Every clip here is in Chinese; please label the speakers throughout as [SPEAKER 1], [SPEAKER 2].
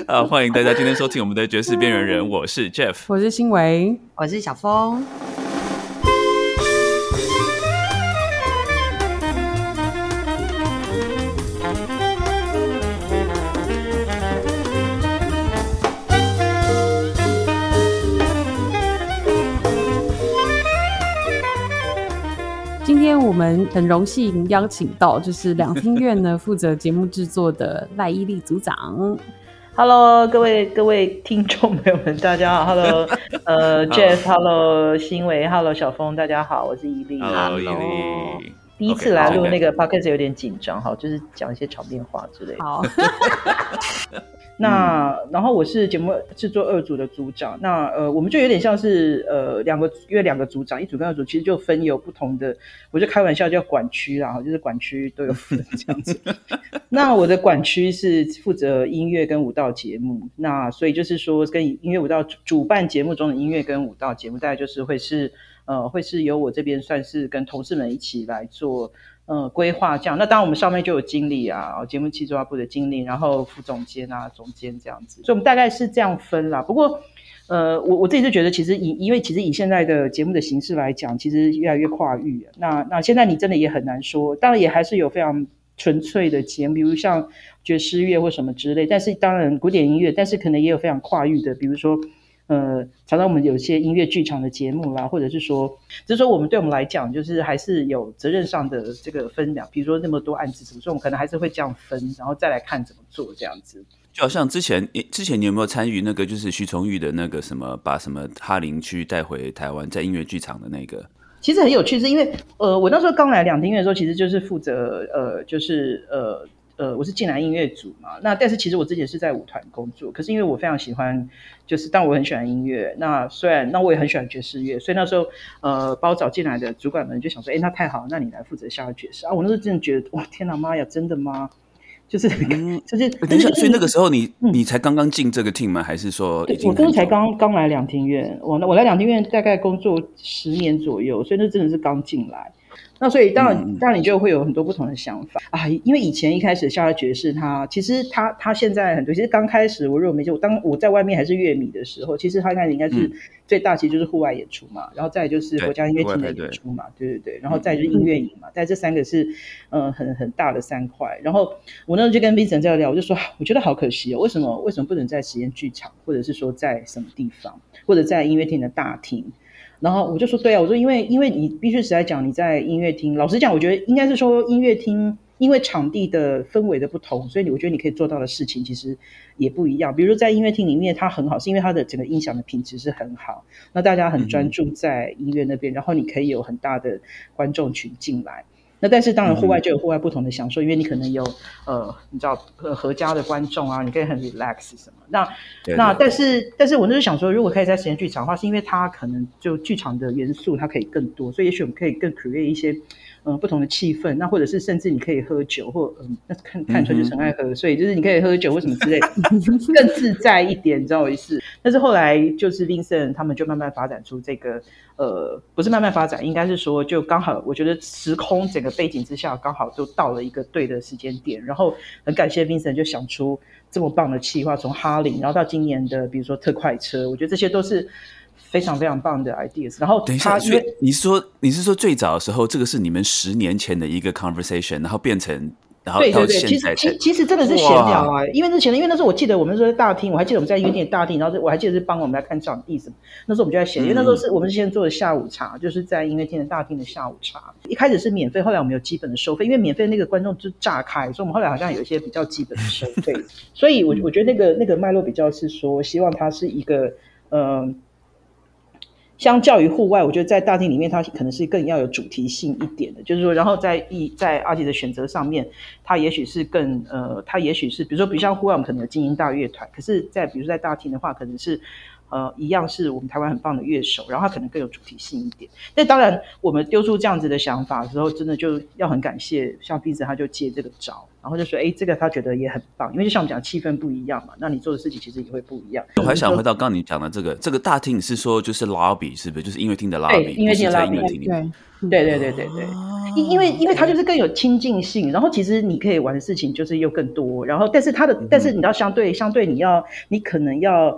[SPEAKER 1] 欢迎大家今天收听我们的爵士边缘人，我是 Jeff，
[SPEAKER 2] 我是欣维，
[SPEAKER 3] 我是小峰。
[SPEAKER 2] 今天我们很荣幸邀请到就是两厅院呢负责节目制作的赖依丽组长。
[SPEAKER 4] Hello， 各位听众朋友们，大家好。Hello， Jeff，Hello， 欣维 ，Hello， 小峰，大家好，我是依丽。
[SPEAKER 1] Hello， 依丽。
[SPEAKER 4] 第一次来录那个 podcast 有点紧张，好，就是讲一些场面话之类的。
[SPEAKER 2] 好。
[SPEAKER 4] 然后我是节目制作二组的组长，那我们就有点像是因为两个组长，一组跟二组其实就分有不同的，我就开玩笑叫管区啦，就是管区都有分这样子。那我的管区是负责音乐跟舞蹈节目，那所以就是说跟音乐舞蹈主办节目中的音乐跟舞蹈节目，大概就是会是由我这边算是跟同事们一起来做规划这样。那当然我们上面就有经理啊，节目企划部的经理，然后副总监啊、总监这样子，所以我们大概是这样分啦。不过我自己就觉得其实因为以现在的节目的形式来讲，其实越来越跨域。那现在你真的也很难说，当然也还是有非常纯粹的节目，比如像爵士乐或什么之类，但是当然古典音乐，但是可能也有非常跨域的，比如说常常我们有一些音乐剧场的节目啦，或者是说就是说我们对我们来讲就是还是有责任上的这个分量，比如说那么多案子什么，所以我们可能还是会这样分，然后再来看怎么做这样子。
[SPEAKER 1] 就好像之前你有没有参与那个就是徐崇玉的那个什么把什么哈林区带回台湾在音乐剧场的那个？
[SPEAKER 4] 其实很有趣，是因为我那时候刚来两厅院的时候，其实就是负责我是进来音乐组嘛，那但是其实我之前是在舞团工作，可是因为我非常喜欢，就是当我很喜欢音乐，那我也很喜欢爵士乐，所以那时候把我找进来的主管们就想说，那太好，那你来负责下爵士啊！我那时候真的觉得，哇，天哪，妈呀，真的吗？就是
[SPEAKER 1] 等一下，所以那个时候你才刚刚进这个 team 吗？还是说已经
[SPEAKER 4] 我那时候才刚来两厅院，我来两厅院大概工作10年左右，所以那真的是刚进来。那所以当然你就会有很多不同的想法啊，因为以前一开始下爵士其实他现在很多，其实刚开始我如果没记，当我在外面还是乐迷的时候，其实他开始应该是最大其实就是户外演出嘛，然后再来就是国家音乐厅的演出嘛，对，然后再来就是音乐营嘛，在这三个是很大的3块。然后我那时候就跟 Vincent 在聊，我就说我觉得好可惜哦，为什么不能在实验剧场，或者是说在什么地方，或者在音乐厅的大厅。然后我就说对啊，我说因为你必须实在讲，你在音乐厅，老实讲我觉得应该是说音乐厅因为场地的氛围的不同，所以我觉得你可以做到的事情其实也不一样。比如说在音乐厅里面它很好，是因为它的整个音响的品质是很好，那大家很专注在音乐那边，然后你可以有很大的观众群进来。那但是当然户外就有户外不同的享受，因为你可能有你知道合家的观众啊，你可以很 relax 什么。那但是我那时候想说，如果可以在实验剧场的话，是因为它可能就剧场的元素它可以更多，所以也许我们可以更 create 一些不同的气氛，那或者是甚至你可以喝酒或那看出来就是很爱喝，所以就是你可以喝酒或什么之类的更自在一点，你知道我意思。但是后来就是 Vincent 他们就慢慢发展出这个不是慢慢发展，应该是说就刚好我觉得时空整个背景之下刚好就到了一个对的时间点，然后很感谢 Vincent 就想出这么棒的企划，从哈林然后到今年的比如说特快车，我觉得这些都是非常非常棒的 ideas。 然后
[SPEAKER 1] 等一下，所以你是说最早的时候这个是你们10年前的一个 conversation， 然后变成然后到现在
[SPEAKER 4] 其实真的是闲聊啊，因为那时候我记得我们说在大厅，我还记得我们在音乐店大厅，然后我还记得是帮我们来看场地什么，那时候我们就在闲，因为那时候是我们先做的下午茶，就是在音乐店的大厅的下午茶，一开始是免费，后来我们有基本的收费，因为免费那个观众就炸开，所以我们后来好像有一些比较基本的收费所以我觉得那个脉络比较是说希望它是一个相较于户外，我觉得在大厅里面它可能是更要有主题性一点的，就是说然后在阿吉的选择上面，它也许是更它也许是比如像户外我们可能有精英大乐团，可是在比如说在大厅的话可能是一样是我们台湾很棒的乐手，然后他可能更有主题性一点。但当然我们丢出这样子的想法的时候，真的就要很感谢像壁纸他就接这个招，然后就说这个他觉得也很棒，因为就像我们讲气氛不一样嘛，那你做的事情其实也会不一样。
[SPEAKER 1] 我还想回到刚刚你讲的这个大厅，你是说就是 lobby 是不是？就是音乐厅的 lobby，
[SPEAKER 4] 音乐厅的
[SPEAKER 1] lobby，
[SPEAKER 4] 对，因为它就是更有亲近性，然后其实你可以玩的事情就是又更多，然后但是你要相对你可能要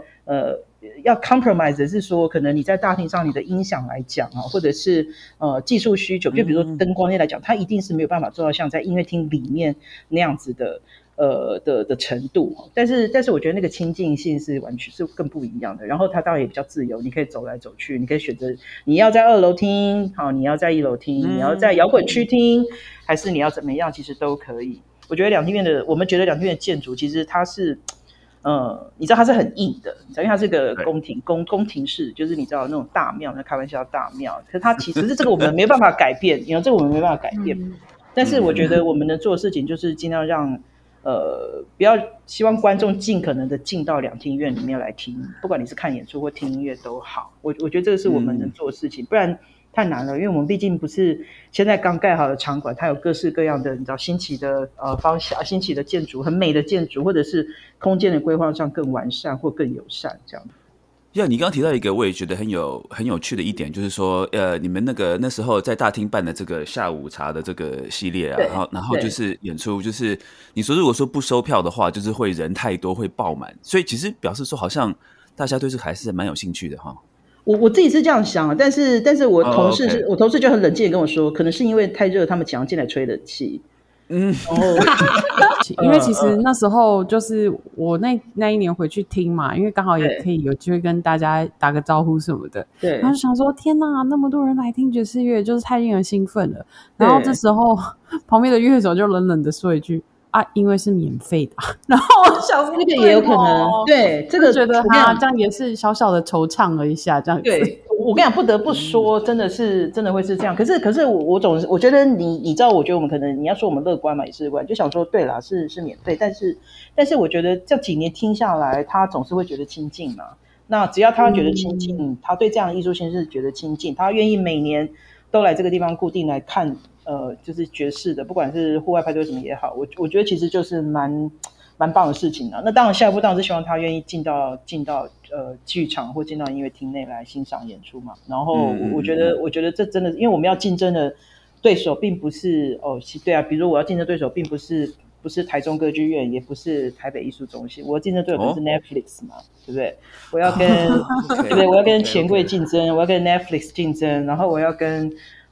[SPEAKER 4] compromise 的是说，可能你在大厅上你的音响来讲啊，或者是技术需求，就比如说灯光来讲，它一定是没有办法做到像在音乐厅里面那样子的程度，但是我觉得那个亲近性是完全是更不一样的。然后它当然也比较自由，你可以走来走去，你可以选择你要在2楼听，好，你要在1楼听，你要在摇滚区听，还是你要怎么样，其实都可以。我觉得我们觉得两厅院的建筑其实它是你知道它是很硬的，因为它是个宫廷式，就是你知道那种大庙，那开玩笑大庙，可是它其实是这个我们没办法改变，这个我们没办法改变。但是我觉得我们能做的事情就是尽量让不要希望观众尽可能的进到两厅院里面来听，不管你是看演出或听音乐都好，我觉得这个是我们能做的事情，不然太难了，因为我们毕竟不是现在刚盖好的场馆，它有各式各样的你知道新奇的方向、新奇的建筑、很美的建筑，或者是空间的规划上更完善或更友善这样。
[SPEAKER 1] 你刚刚提到一个我也觉得很有趣的一点，就是说你们那时候在大厅办的这个下午茶的这个系列啊，然后就是演出，就是你说如果说不收票的话，就是会人太多会爆满，所以其实表示说好像大家对这个还是蛮有兴趣的哈。
[SPEAKER 4] 我自己是这样想，但是我同事我同事就很冷静的跟我说，可能是因为太热，他们想要进来吹冷气。然后
[SPEAKER 2] 因为其实那时候就是我那一年回去听嘛，因为刚好也可以有机会跟大家打个招呼什么的，
[SPEAKER 4] 对，
[SPEAKER 2] 然后想说天哪，那么多人来听爵士乐，就是太令人兴奋了。然后这时候旁边的乐手就冷冷的说一句啊，因为是免费的。然后我想说
[SPEAKER 4] 这个也有可能，对，这个
[SPEAKER 2] 觉得这样也是小小的惆怅了一下，这样子。
[SPEAKER 4] 对，我跟你讲，不得不说，真的会是这样。可是我觉得你知道，我觉得我们可能你要说我们乐观嘛，也是乐观，就想说对啦，是免费，但是我觉得这几年听下来，他总是会觉得亲近嘛。那只要他觉得亲近，他对这样的艺术性是觉得亲近，他愿意每年都来这个地方固定来看，就是爵士的，不管是户外派对什么也好，我觉得其实就是蛮棒的事情啊。那当然下一步当然是希望他愿意进到剧场或进到音乐厅内来欣赏演出嘛。然后我觉得这真的，因为我们要竞争的对手并不是对啊，比如我要竞争对手并不是台中歌剧院，也不是台北艺术中心，我要竞争对手可能是 Netflix 嘛，对不对？我要跟对不对？我要跟钱柜竞争，我要跟 Netflix 竞争，然后我要跟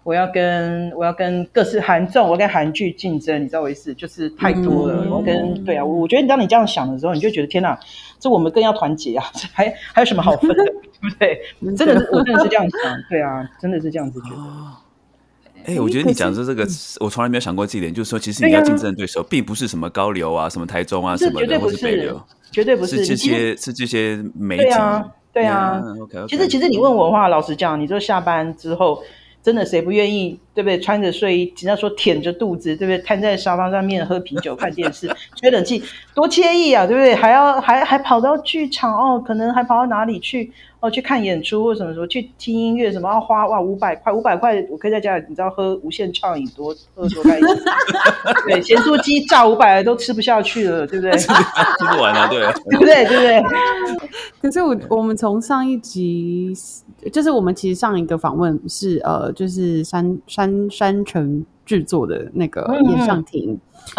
[SPEAKER 4] 各式韩综，我要跟韩剧竞争，你知道我意思？就是太多了。我跟对啊，我觉得当你这样想的时候，你就觉得天哪，这我们更要团结啊！还有什么好分的，对不对？真的，我真的是这样想，对啊，真的是这样子觉得。
[SPEAKER 1] 我觉得你讲的这个，我从来没有想过这一点，就是说，其实你要竞争的对手，并不是什么高流啊、什么台中啊什么的，或是北流，
[SPEAKER 4] 绝对不是，
[SPEAKER 1] 是这些媒体。
[SPEAKER 4] 对啊。其实你问我的话，老实讲，你说下班之后。真的谁不愿意，对不对？穿着睡衣，只要说舔着肚子，对不对？瘫在沙发上面喝啤酒、看电视、吹冷气，多惬意啊，对不对？还跑到剧场可能还跑到哪里去去看演出或什么什么，去听音乐什么，花500块，我可以在家里你知道喝无限畅饮多开心。对，咸酥鸡炸500都吃不下去了，对不对？
[SPEAKER 1] 吃不完啊，对，
[SPEAKER 4] 对不对？
[SPEAKER 2] 可是我们从上一集，就是我们其实上一个访问是就是山城制作的那个演上庭，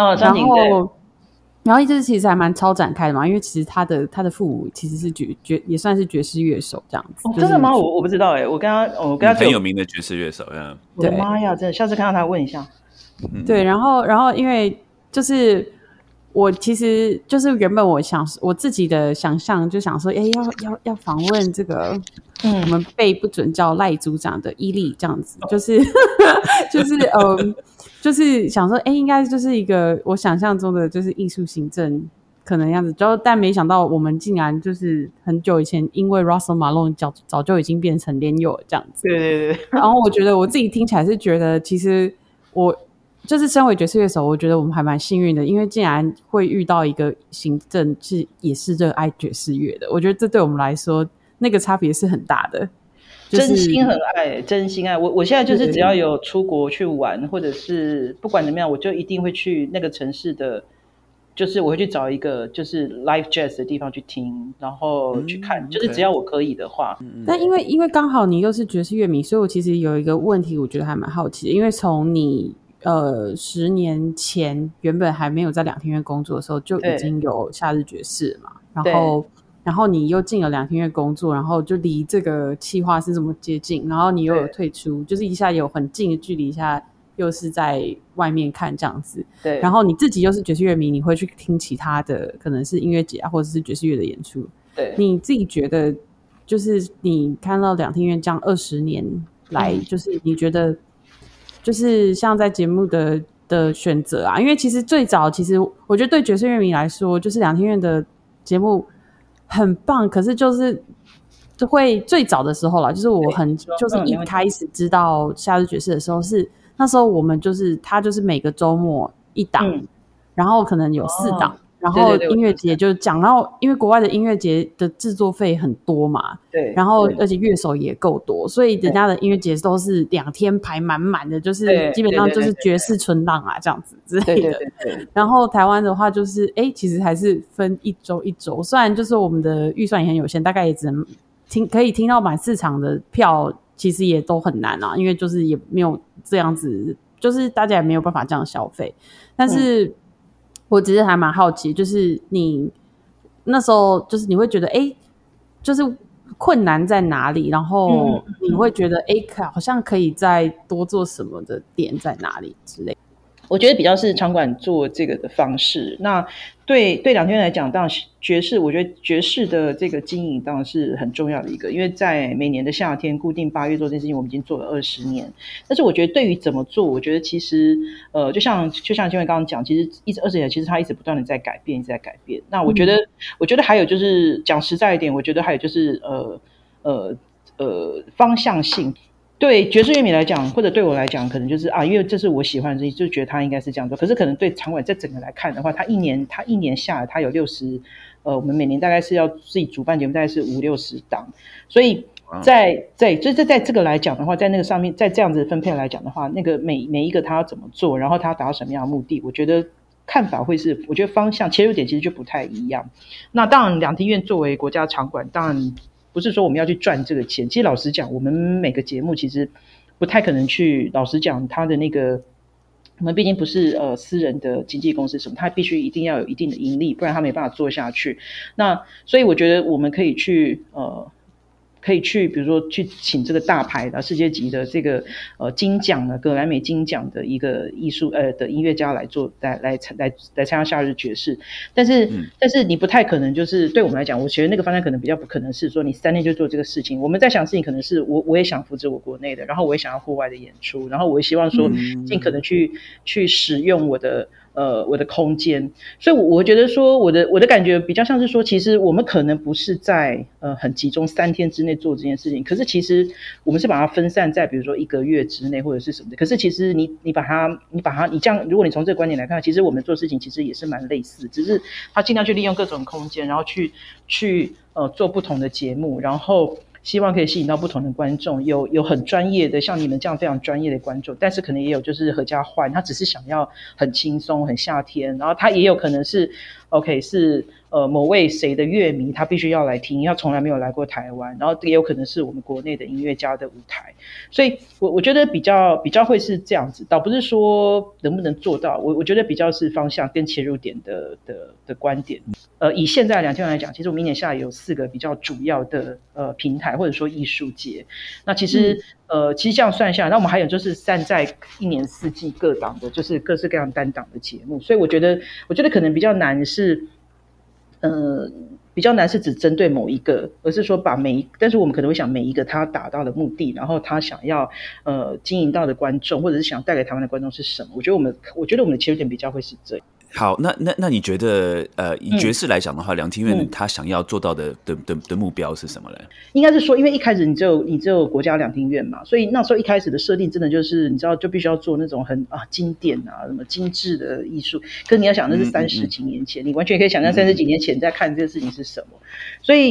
[SPEAKER 2] 然后就是其实还蛮超展开的嘛，因为其实他的父母其实是也算是爵士乐手这样子。
[SPEAKER 4] 真的吗？我不知道我跟他
[SPEAKER 1] 很有名的爵士乐手呀。
[SPEAKER 4] 我的妈呀，真的，下次看到他问一下。
[SPEAKER 2] 对，然后因为就是我其实就是原本我自己的想象就想说，要访问这个我们被不准叫赖组长的伊利这样子，就是就是想说，应该就是一个我想象中的就是艺术行政可能样子，但没想到我们竟然就是很久以前，因为 Russell Malone 早就已经变成连友这样子。
[SPEAKER 4] 对。
[SPEAKER 2] 然后我觉得我自己听起来是觉得，其实我就是身为爵士乐手，我觉得我们还蛮幸运的，因为竟然会遇到一个行政也是热爱爵士乐的，我觉得这对我们来说那个差别是很大的。就是、
[SPEAKER 4] 真心很爱，真心爱我现在就是只要有出国去玩，或者是不管怎么样，我就一定会去那个城市的，就是我会去找一个就是 live jazz 的地方去听，然后去看，就是只要我可以的话。
[SPEAKER 2] 但因为刚好你又是爵士乐迷，所以我其实有一个问题，我觉得还蛮好奇的，因为从你10年前原本还没有在两厅院工作的时候，就已经有夏日爵士嘛，然后你又进了两厅院工作，然后就离这个企划是这么接近，然后你又有退出，就是一下有很近的距离，一下又是在外面看这样子。
[SPEAKER 4] 对，
[SPEAKER 2] 然后你自己又是爵士乐迷，你会去听其他的可能是音乐节啊，或者是爵士乐的演出。
[SPEAKER 4] 对，
[SPEAKER 2] 你自己觉得，就是你看到两厅院这样20年来，就是你觉得，就是像在节目的选择啊，因为其实最早，其实我觉得对爵士乐迷来说，就是两厅院的节目很棒，可是就是就会最早的时候啦，就是我就是一开始知道夏日爵士的时候是那时候我们就是他就是每个周末一档，然后可能有4档。然后音乐节就讲到，因为国外的音乐节的制作费很多嘛，
[SPEAKER 4] 对，
[SPEAKER 2] 然后而且乐手也够多，所以人家的音乐节都是2天排满满的，就是基本上就是爵士存档啊这样子之类的。
[SPEAKER 4] 对。
[SPEAKER 2] 然后台湾的话就是，其实还是分一周一周，虽然就是我们的预算也很有限，大概也只能可以听到满4场的票，其实也都很难啊，因为就是也没有这样子，就是大家也没有办法这样消费，但是。我只是还蛮好奇，就是你那时候就是你会觉得就是困难在哪里，然后你会觉得好像可以再多做什么的点在哪里之类的。
[SPEAKER 4] 我觉得比较是场馆做这个的方式。那对两厅院来讲，当然爵士，我觉得爵士的这个经营当然是很重要的一个，因为在每年的夏天固定8月做这件事情，我们已经做了20年。但是我觉得对于怎么做，我觉得其实就像金伟刚刚讲，其实一直20年，其实它一直不断的在改变，一直在改变。那我觉得还有就是讲实在一点，我觉得还有就是方向性。对爵士乐迷来讲，或者对我来讲，可能就是因为这是我喜欢的东西，就觉得他应该是这样做。可是可能对场馆在整个来看的话，他一年下来，他有60，我们每年大概是要自己主办节目，大概是50-60档。所以在这个来讲的话，在那个上面，在这样子的分配来讲的话，那个每一个他要怎么做，然后他要达到什么样的目的，我觉得看法会是，我觉得方向切入点其实就不太一样。那当然，两厅院作为国家场馆，当然。不是说我们要去赚这个钱，其实老实讲，我们每个节目其实不太可能去。老实讲，他的那个我们毕竟不是私人的经纪公司什么，他必须一定要有一定的盈利，不然他没办法做下去。那所以我觉得我们可以去比如说去请这个大牌的世界级的这个金奖的格莱美金奖的一个艺术的音乐家来参加夏日爵士。但是你不太可能，就是对我们来讲，我觉得那个方向可能比较不可能是说你3天就做这个事情。我们在想的事情可能是我也想扶持我国内的，然后我也想要户外的演出，然后我也希望说尽可能去使用我的空间。所以我觉得说我的感觉比较像是说，其实我们可能不是在很集中3天之内做这件事情，可是其实我们是把它分散在比如说1个月之内或者是什么的。可是其实你把它你这样，如果你从这个观点来看，其实我们做事情其实也是蛮类似，只是他尽量去利用各种空间，然后去做不同的节目，然后希望可以吸引到不同的观众，有很专业的，像你们这样非常专业的观众，但是可能也有就是合家欢，他只是想要很轻松很夏天，然后他也有可能是 OK 是某位谁的乐迷，他必须要来听，因为他从来没有来过台湾，然后也有可能是我们国内的音乐家的舞台。所以我觉得比较会是这样子，倒不是说能不能做到，我觉得比较是方向跟切入点的观点。以现在两厅院来讲，其实我们一年下来有4个比较主要的平台或者说艺术节。那其实这样算下来，那我们还有就是散在1年4季各档的，就是各式各样单档的节目。所以我觉得可能比较难是只针对某一个，而是说但是我们可能会想每一个他达到的目的，然后他想要经营到的观众，或者是想带给台湾的观众是什么。我觉得我们的切入点比较会是这样。
[SPEAKER 1] 好，那你觉得以爵士来讲的话，两厅院他想要做到的目标是什么呢？
[SPEAKER 4] 应该是说，因为一开始你只有国家两厅院嘛，所以那时候一开始的设定真的就是你知道就必须要做那种很经典什么精致的艺术。可是你要想那是30几年前，你完全可以想象30几年前在看这个事情是什么。所以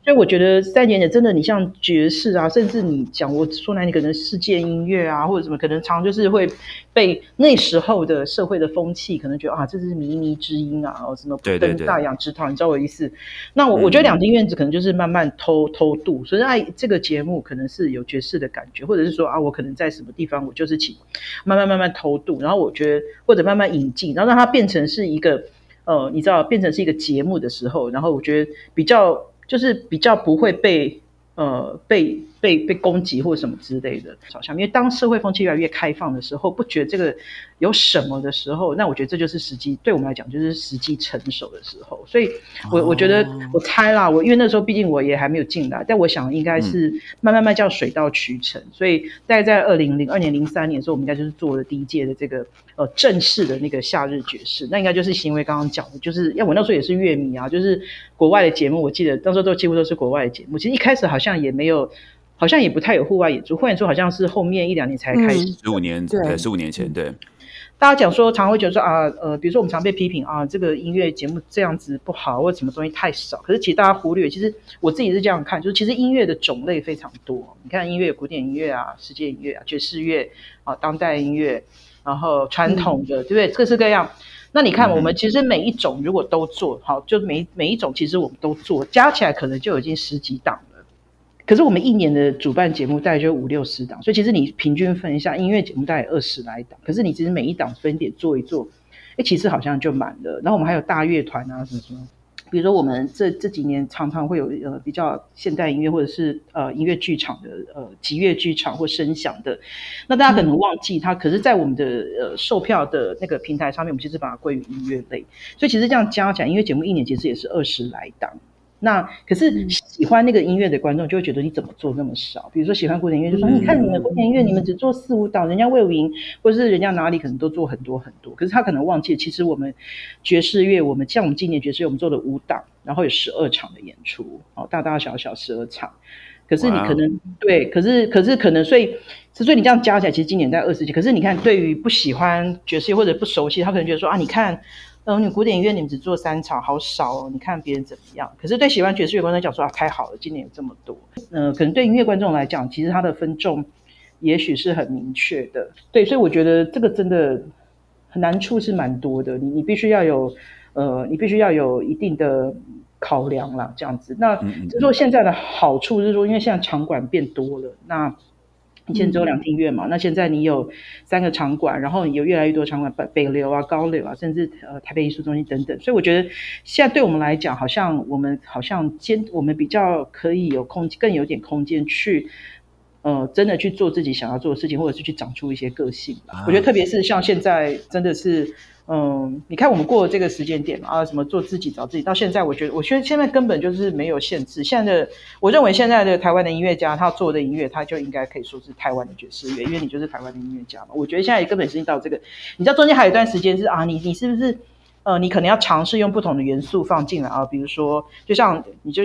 [SPEAKER 4] 所以我觉得3年前真的，你像爵士啊，甚至你讲我说难，你可能世界音乐啊，或者什么，可能常就是会被那时候的社会的风气，可能觉得啊，这是靡靡之音啊，什么不登大雅之堂，你知道我的意思？那我觉得两厅院子可能就是慢慢偷渡，所以这个节目可能是有爵士的感觉，或者是说啊，我可能在什么地方，我就是慢慢偷渡，然后我觉得或者慢慢引进，然后让它变成是一个你知道变成是一个节目的时候，然后我觉得比较不会被攻击或什么之类的朝向，因为当社会风气越来越开放的时候，不觉得这个有什么的时候，那我觉得这就是时机，对我们来讲就是时机成熟的时候。所以我觉得我猜啦，因为那时候毕竟我也还没有进来，但我想应该是慢慢叫水到渠成。所以大概在2002年、03年的时候，我们应该就是做了第一届的这个正式的那个夏日爵士，那应该就是行为刚刚讲的，就是我那时候也是乐迷啊，就是国外的节目，我记得那时候几乎都是国外的节目。其实一开始好像也没有。好像也不太有户外演出，户外演出好像是后面1-2年才开始。
[SPEAKER 1] 15年前，对。
[SPEAKER 4] 大家讲说，常会觉得说啊，比如说我们常被批评啊，这个音乐节目这样子不好，或者什么东西太少。可是其实大家忽略，其实我自己是这样看，就是其实音乐的种类非常多。你看音乐，古典音乐啊，世界音乐啊，爵士乐啊，当代音乐，然后传统的，对不对？各式各样。那你看，我们其实每一种如果都做好，就每一种其实我们都做，加起来可能就已经10几档了。可是我们1年的主办节目大概就50-60档，所以其实你平均分一下，音乐节目大概20来档，可是你其实每一档分点做一做，其实好像就满了。然后我们还有大乐团啊，什么，比如说我们这几年常常会有比较现代音乐或者是音乐剧场的集乐剧场或声响的，那大家可能忘记它，可是在我们的售票的那个平台上面，我们其实把它归于音乐类，所以其实这样加起来，音乐节目1年其实也是20来档。那可是喜欢那个音乐的观众就会觉得你怎么做那么少？比如说喜欢古典音乐，就说你看你们古典音乐，你们只做4-5档，人家魏武营或者是人家哪里可能都做很多很多。可是他可能忘记，其实我们爵士乐，像我们今年爵士乐，我们做了5档，然后有12场的演出，大大小小12场。可是你可能对，可是可能所以你这样加起来，其实今年在20几。可是你看，对于不喜欢爵士乐或者不熟悉，他可能觉得说啊，你看。你古典音乐你们只做3场，好少哦！你看别人怎么样？可是对喜欢爵士乐观众讲说啊，太好了，今年有这么多。可能对音乐观众来讲，其实它的分众也许是很明确的。对，所以我觉得这个真的难处是蛮多的。你必须要有一定的考量啦，这样子。那就是说现在的好处是说，因为现在场馆变多了，那。以前只有2厅院嘛，那现在你有3个场馆，然后你有越来越多场馆，北流啊、高流啊，甚至台北艺术中心等等。所以我觉得现在对我们来讲，我们比较可以有更有点空间去真的去做自己想要做的事情，或者是去长出一些个性吧。我觉得特别是像现在真的是你看我们过了这个时间点啊，什么做自己找自己，到现在我觉得现在根本就是没有限制。我认为现在的台湾的音乐家，他做的音乐，他就应该可以说是台湾的爵士乐，因为你就是台湾的音乐家嘛。我觉得现在根本已经到这个，你知道中间还有一段时间是啊，你是不是你可能要尝试用不同的元素放进来啊，比如说就像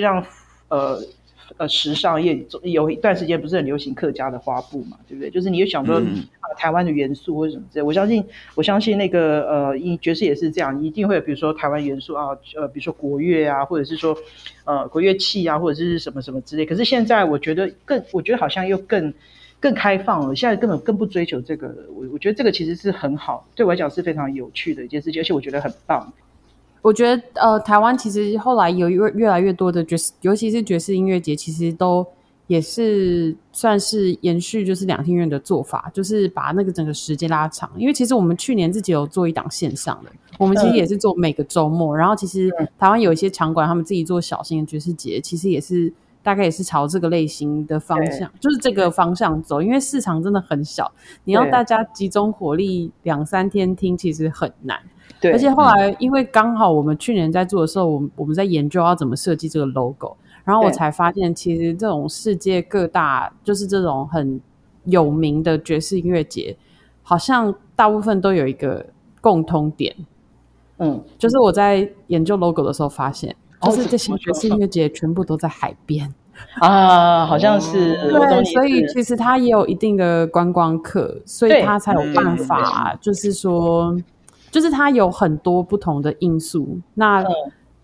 [SPEAKER 4] 时尚业有一段时间不是很流行客家的花布嘛，对不对？就是你就想说台湾的元素或者什么之类，我相信那个爵士也是这样，一定会有比如说台湾元素啊，比如说国乐啊，或者是说国乐器啊，或者是什么什么之类。可是现在我觉得好像又更开放了，现在根本更不追求这个了。我觉得这个其实是很好，对我来讲是非常有趣的一件事情，而且我觉得很棒。
[SPEAKER 2] 我觉得台湾其实后来有越来越多的爵士，尤其是爵士音乐节，其实都也是算是延续就是2厅院的做法，就是把那个整个时间拉长。因为其实我们去年自己有做一档线上的，我们其实也是做每个周末，然后其实台湾有一些场馆他们自己做小型的爵士节，其实也是大概也是朝这个类型的方向，就是这个方向走。因为市场真的很小，你要大家集中火力2-3天听，其实很难。而且后来因为刚好我们去年在做的时候，我们在研究要怎么设计这个 logo， 然后我才发现其实这种世界各大就是这种很有名的爵士音乐节，好像大部分都有一个共通点，就是我在研究 logo 的时候发现，就是这些爵士音乐节全部都在海边
[SPEAKER 4] 啊，好像是
[SPEAKER 2] 对，所以其实它也有一定的观光客，所以它才有办法，就是说就是它有很多不同的因素。那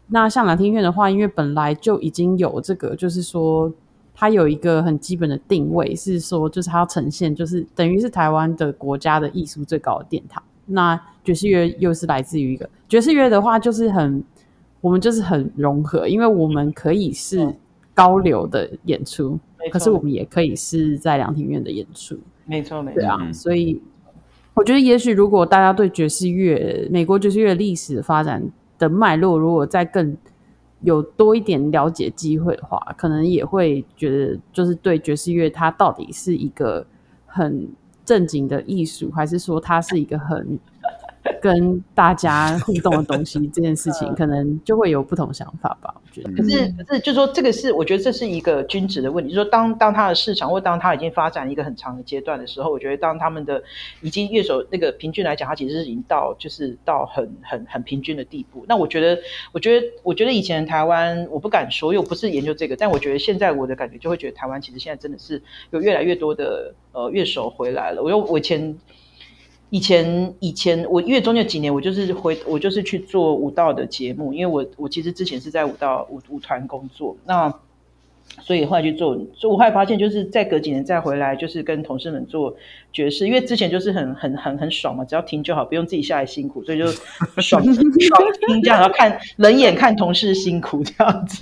[SPEAKER 2] 那像两厅院的话，因为本来就已经有这个，就是说它有一个很基本的定位，是说就是它要呈现，就是等于是台湾的国家的艺术最高的殿堂。那爵士乐又是来自于一个爵士乐的话，就是我们就是很融合，因为我们可以是高流的演出，可是我们也可以是在两厅院的演出。
[SPEAKER 4] 没错，没错。对
[SPEAKER 2] 啊，所以我觉得也许如果大家对爵士乐、美国爵士乐历史的发展的脉络，如果再更有多一点了解机会的话，可能也会觉得就是对爵士乐它到底是一个很正经的艺术，还是说它是一个很跟大家互动的东西，这件事情可能就会有不同想法吧。我觉得，
[SPEAKER 4] 可是，就说这个是，我觉得这是一个均值的问题。就是说当它的市场或当它已经发展一个很长的阶段的时候，我觉得当他们的已经乐手那个平均来讲，它其实是已经到很平均的地步。那我觉得以前台湾，我不敢说，因为我不是研究这个，但我觉得现在我的感觉就会觉得台湾其实现在真的是有越来越多的乐手回来了。我以前我因为中间几年我就是去做舞蹈的节目，因为我其实之前是在舞团工作，那所以后来去做，所以我后来发现就是再隔几年再回来，就是跟同事们做爵士，因为之前就是很爽嘛，只要听就好，不用自己下来辛苦，所以就爽听这样，然后冷眼看同事辛苦这样子。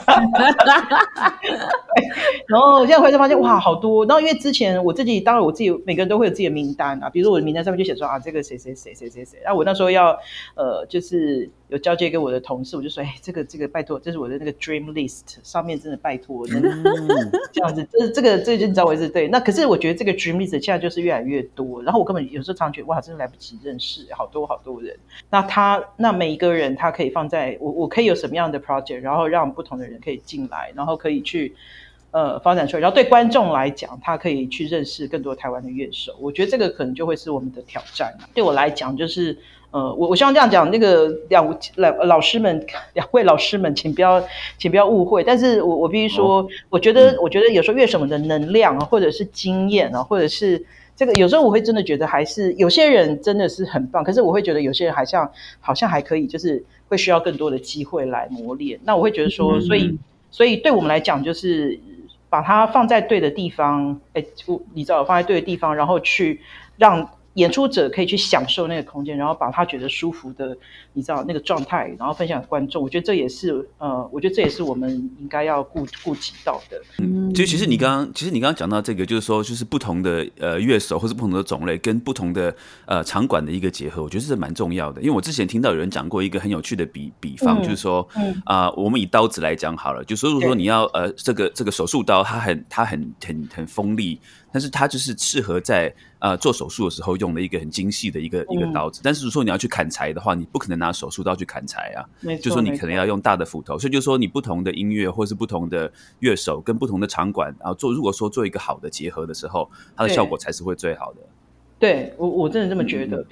[SPEAKER 4] 然后现在回来发现哇好多，然后因为之前当然我自己每个人都会有自己的名单啊，比如说我的名单上面就写说啊这个谁谁谁谁谁谁，然后我那时候要就是有交接给我的同事，我就说这个拜托，这是我的那个 dream list 上面真的拜托这样子，这就你知道我是对。那可是我觉得这个 dream list 现在就是越来越多，然后我根本有时候常觉得哇真的来不及认识好多人。那每一个人他可以放在我可以有什么样的 project， 然后让不同的人可以进来，然后可以去发展出来，然后对观众来讲他可以去认识更多台湾的乐手，我觉得这个可能就会是我们的挑战。对我来讲就是我希望这样讲，那个两位老师们，请不要误会。但是我必须说，我觉得有时候乐手们的能量或者是经验或者是这个，有时候我会真的觉得还是有些人真的是很棒，可是我会觉得有些人好像还可以，就是会需要更多的机会来磨练。那我会觉得说，所以对我们来讲，就是把它放在对的地方，你知道，放在对的地方，然后去让演出者可以去享受那个空间，然后把他觉得舒服的，你知道那个状态，然后分享给观众。我觉得这也是我们应该要顾及到的。
[SPEAKER 1] 其实你刚刚讲到这个，就是说，就是不同的乐手或是不同的种类跟不同的场馆的一个结合，我觉得这是蛮重要的。因为我之前听到有人讲过一个很有趣的比方，就是说我们以刀子来讲好了，就是说如果说你要这个手术刀，它很锋利。但是它就是适合在做手术的时候用的一个很精细的一个刀子，但是如果说你要去砍柴的话，你不可能拿手术刀去砍柴啊，就是说你可能要用大的斧头，所以就是说你不同的音乐或是不同的乐手跟不同的场馆，然后如果说做一个好的结合的时候，它的效果才是会最好的。
[SPEAKER 4] 对，我真的这么觉得。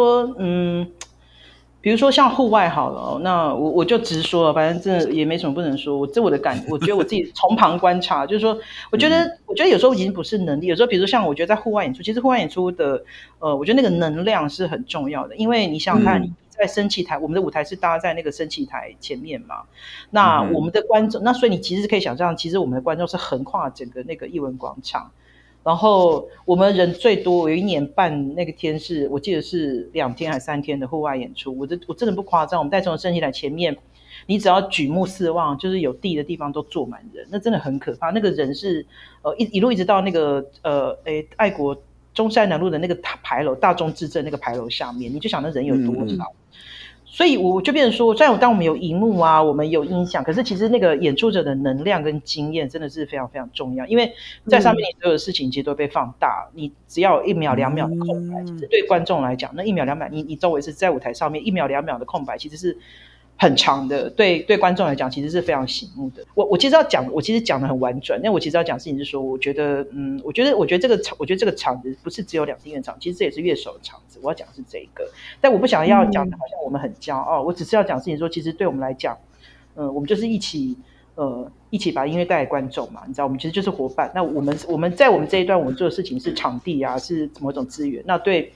[SPEAKER 4] 比如说像户外好了，那我就直说了，反正真的也没什么不能说。我觉得我自己从旁观察，就是说，我觉得有时候已经不是能力，有时候比如说像我觉得在户外演出，其实户外演出的我觉得那个能量是很重要的，因为你想想看，你在升旗台，我们的舞台是搭在那个升旗台前面嘛，那我们的观众，那所以你其实可以想象，其实我们的观众是横跨整个那个艺文广场。然后我们人最多，有1年半那个天我记得是2天还是3天的户外演出，我真的不夸张，我们在从升旗台前面，你只要举目四望，就是有地的地方都坐满人，那真的很可怕。那个人是一路一直到那个爱国中山南路的那个牌楼大中至正那个牌楼下面，你就想那人有多少。所以我就变成说，虽然当我们有荧幕啊，我们有音响，可是其实那个演出者的能量跟经验真的是非常非常重要，因为在上面你所有的事情其实都被放大，你只要有1秒2秒的空白，其实对观众来讲，那1秒2秒，你周围是在舞台上面1秒2秒的空白，其实是很长的，对观众来讲其实是非常醒目的。我其实讲的很婉转，但我其实要讲的事情是说，我觉得这个场子不是只有两厅院场，其实这也是乐手的场子。我要讲的是这个，但我不想要讲的好像我们很骄傲，我只是要讲的事情说，其实对我们来讲，我们就是一起把音乐带给观众嘛，你知道，我们其实就是伙伴。那我们在我们这一段，我们做的事情是场地啊，是某种资源。那对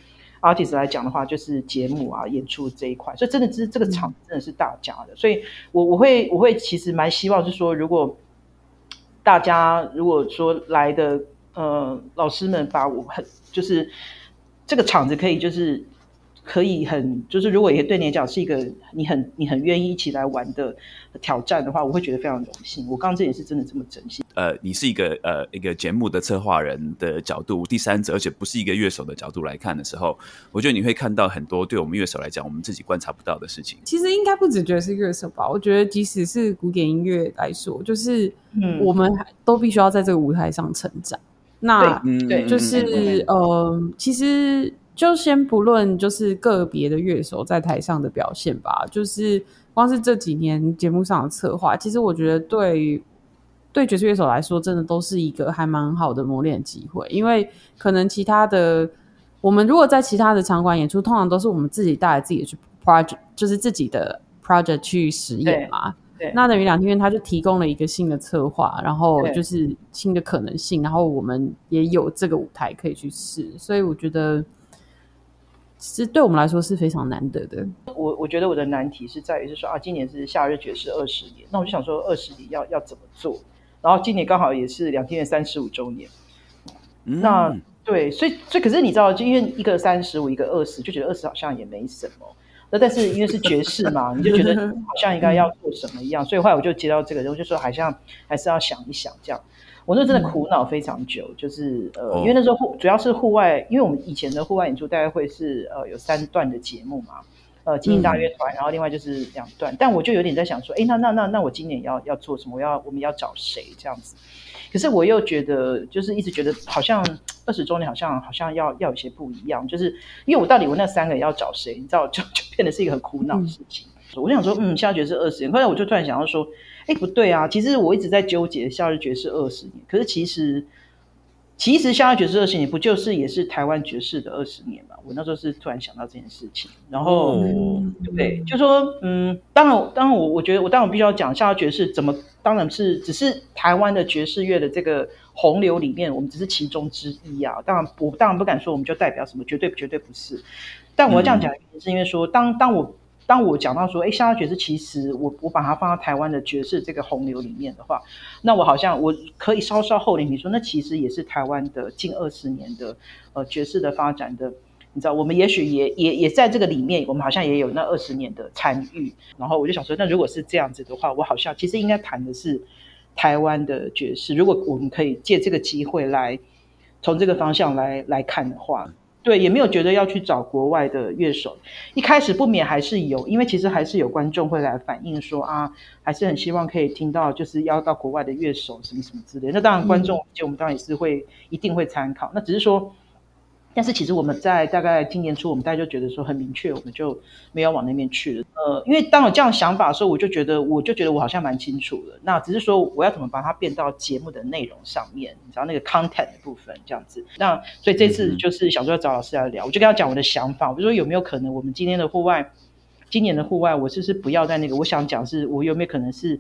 [SPEAKER 4] artist 来讲的话，就是节目啊、演出这一块，所以真的是这个场真的是大家的，所以我会其实蛮希望是说，如果大家如果说来的老师们把我就是这个场子可以很就是如果也对你来讲是一个你很愿意一起来玩的挑战的话，我会觉得非常荣幸。我刚刚这也是真的这么真心。
[SPEAKER 1] 你是一个节目的策划人的角度，第三者，而且不是一个乐手的角度来看的时候，我觉得你会看到很多对我们乐手来讲我们自己观察不到的事情。
[SPEAKER 2] 其实应该不只觉得是乐手吧，我觉得即使是古典音乐来说，就是我们都必须要在这个舞台上成长。那就是其实就先不论就是个别的乐手在台上的表现吧，就是光是这几年节目上的策划，其实我觉得对爵士乐手来说真的都是一个还蛮好的磨练机会，因为可能其他的我们如果在其他的场馆演出，通常都是我们自己带着自己的 project， 就是自己的 project 去实验嘛。那等于两厅院它就提供了一个新的策划，然后就是新的可能性，然后我们也有这个舞台可以去试，所以我觉得是对我们来说是非常难得的。
[SPEAKER 4] 我觉得我的难题是在于是说今年是夏日爵士20年，那我就想说20年要怎么做，然后今年刚好也是两厅院35周年，那对，所以可是你知道，因为一个35，一个20，就觉得20好像也没什么。那但是因为是爵士嘛，你就觉得好像应该要做什么一样，所以后来我就接到这个，我就说还是要想一想这样。我那真的苦恼非常久，就是因为那时候主要是户外，因为我们以前的户外演出大概会是有3段的节目嘛，精英大乐团，然后另外就是2段，但我就有点在想说，那我今年要做什么？我们要找谁这样子？可是我又觉得，就是一直觉得好像20周年好像要有些不一样，就是因为我到底我那3个要找谁，你知道，就变得是一个很苦恼的事情。我就想说，夏日爵士20年，后来我就突然想到说，不对啊，其实我一直在纠结夏日爵士20年，可是其实夏日爵士20年不就是也是台湾爵士的20年嘛？我那时候是突然想到这件事情，然后对，就说当然我觉得我当然必须要讲夏日爵士怎么，当然是只是台湾的爵士乐的这个洪流里面，我们只是其中之一啊。我当然不敢说我们就代表什么，绝对不是。但我要这样讲，是因为说当我讲到说，夏日爵士其实我把它放到台湾的爵士这个洪流里面的话，那我好像我可以稍后领你说，那其实也是台湾的近20年的爵士的发展的，你知道，我们也许也在这个里面，我们好像也有那20年的参与。然后我就想说，那如果是这样子的话，我好像其实应该谈的是台湾的爵士。如果我们可以借这个机会来从这个方向来看的话。对，也没有觉得要去找国外的乐手，一开始不免还是有，因为其实还是有观众会来反映说还是很希望可以听到就是邀到国外的乐手什么什么之类的。那当然观众我们当然也是一定会参考，那只是说，但是其实我们在大概今年初，我们大家就觉得说很明确，我们就没有往那边去了。因为当有这样的想法的时候，我就觉得我好像蛮清楚了。那只是说我要怎么把它变到节目的内容上面，你知道那个 content 的部分这样子。那所以这次就是想说要找老师来聊，我就跟他讲我的想法，我就说有没有可能我们今年的户外，我是不要在那个，我想讲是我有没有可能是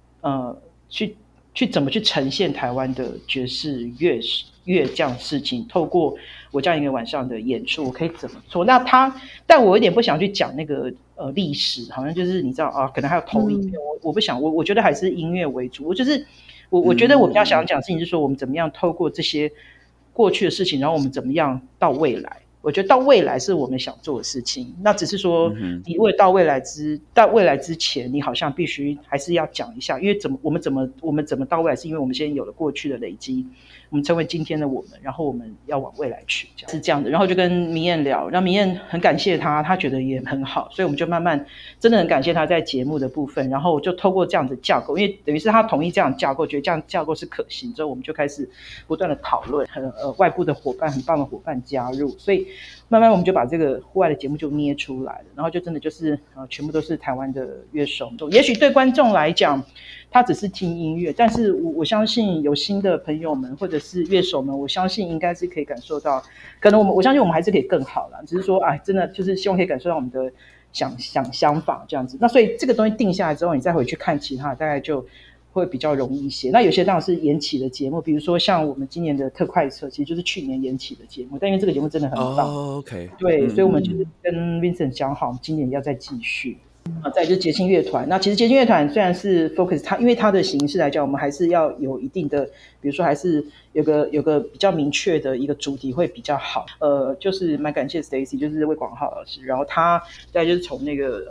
[SPEAKER 4] 去怎么去呈现台湾的爵士乐这样的事情，透过我这样一个晚上的演出，我可以怎么做？但我有点不想去讲那个历史，好像就是你知道可能还有投影片，我不想，我觉得还是音乐为主。我觉得我比较想讲的事情是说，我们怎么样透过这些过去的事情，然后我们怎么样到未来。我觉得到未来是我们想做的事情，那只是说你为了到未来之前，你好像必须还是要讲一下，因为我们怎么到未来，是因为我们先有了过去的累积，我们成为今天的我们，然后我们要往未来去，是这样的。然后就跟明燕聊，然后明燕很感谢他觉得也很好，所以我们就慢慢真的很感谢他在节目的部分，然后就透过这样的架构，因为等于是他同意这样架构，觉得这样架构是可行，之后我们就开始不断的讨论，外部的伙伴，很棒的伙伴加入，所以慢慢我们就把这个户外的节目就捏出来了，然后就真的就是全部都是台湾的乐手。也许对观众来讲他只是听音乐，但是我相信有新的朋友们或者是乐手们，我相信应该是可以感受到，可能我相信我们还是可以更好啦，只是说真的就是希望可以感受到我们的想法这样子。那所以这个东西定下来之后，你再回去看其他大概就会比较容易一些。那有些当然是延期的节目，比如说像我们今年的特快车，其实就是去年延期的节目，但因为这个节目真的很棒
[SPEAKER 1] OK，
[SPEAKER 4] 对，所以我们就是跟 Vincent 讲好，今年要再继续。再就是节庆乐团，那其实节庆乐团虽然是 focus 它，因为它的形式来讲，我们还是要有一定的，比如说还是有个比较明确的一个主题会比较好。就是蛮感谢 Stacy， 就是魏广浩老师，然后他大概就是从那个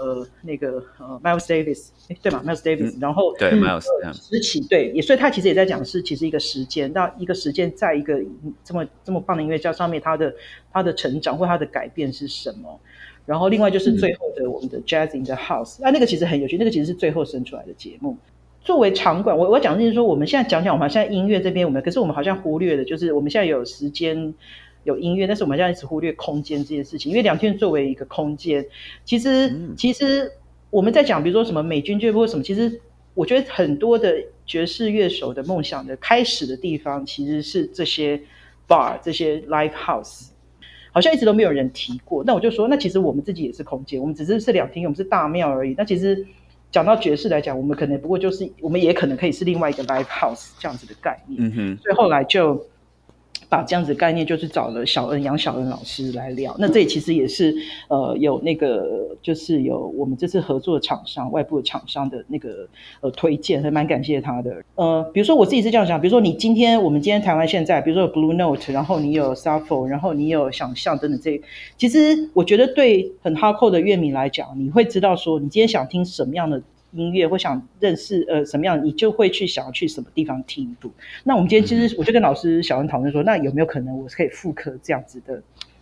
[SPEAKER 4] Miles Davis， 对嘛 Miles Davis， 然后
[SPEAKER 1] 对 Miles
[SPEAKER 4] 时期对，也所以他其实也在讲是其实一个时间，那一个时间在一个这么棒的音乐家上面，他的成长或他的改变是什么？然后另外就是最后的我们的 Jazz in the House， 那个其实很有趣，那个其实是最后生出来的节目。作为场馆，我讲的是说，我们现在讲我们现在音乐这边，可是我们好像忽略了，就是我们现在有时间有音乐，但是我们现在一直忽略空间这件事情。因为两天作为一个空间，其实我们在讲，比如说什么美军俱乐部或什么，其实我觉得很多的爵士乐手的梦想的开始的地方，其实是这些 bar 这些 live house。好像一直都没有人提过，那我就说，那其实我们自己也是空间，我们只是两厅，我们是大庙而已。那其实讲到爵士来讲，我们可能不过就是我们也可能可以是另外一个 live house 这样子的概念。所以后来就把这样子的概念就是找了杨小恩老师来聊。那这里其实也是有那个就是有我们这次合作的厂商外部的厂商的那个推荐，还蛮感谢他的。比如说我自己是这样想，比如说我们今天台湾现在比如说有 Blue Note， 然后你有 Shuffle， 然后你有想象等等这个，其实我觉得对很 hardcore 的乐迷来讲，你会知道说你今天想听什么样的音乐或想认识什么样，你就会想要去什么地方听。那我们今天其实我就跟老师小恩讨论说，那有没有可能我可以复刻这样子的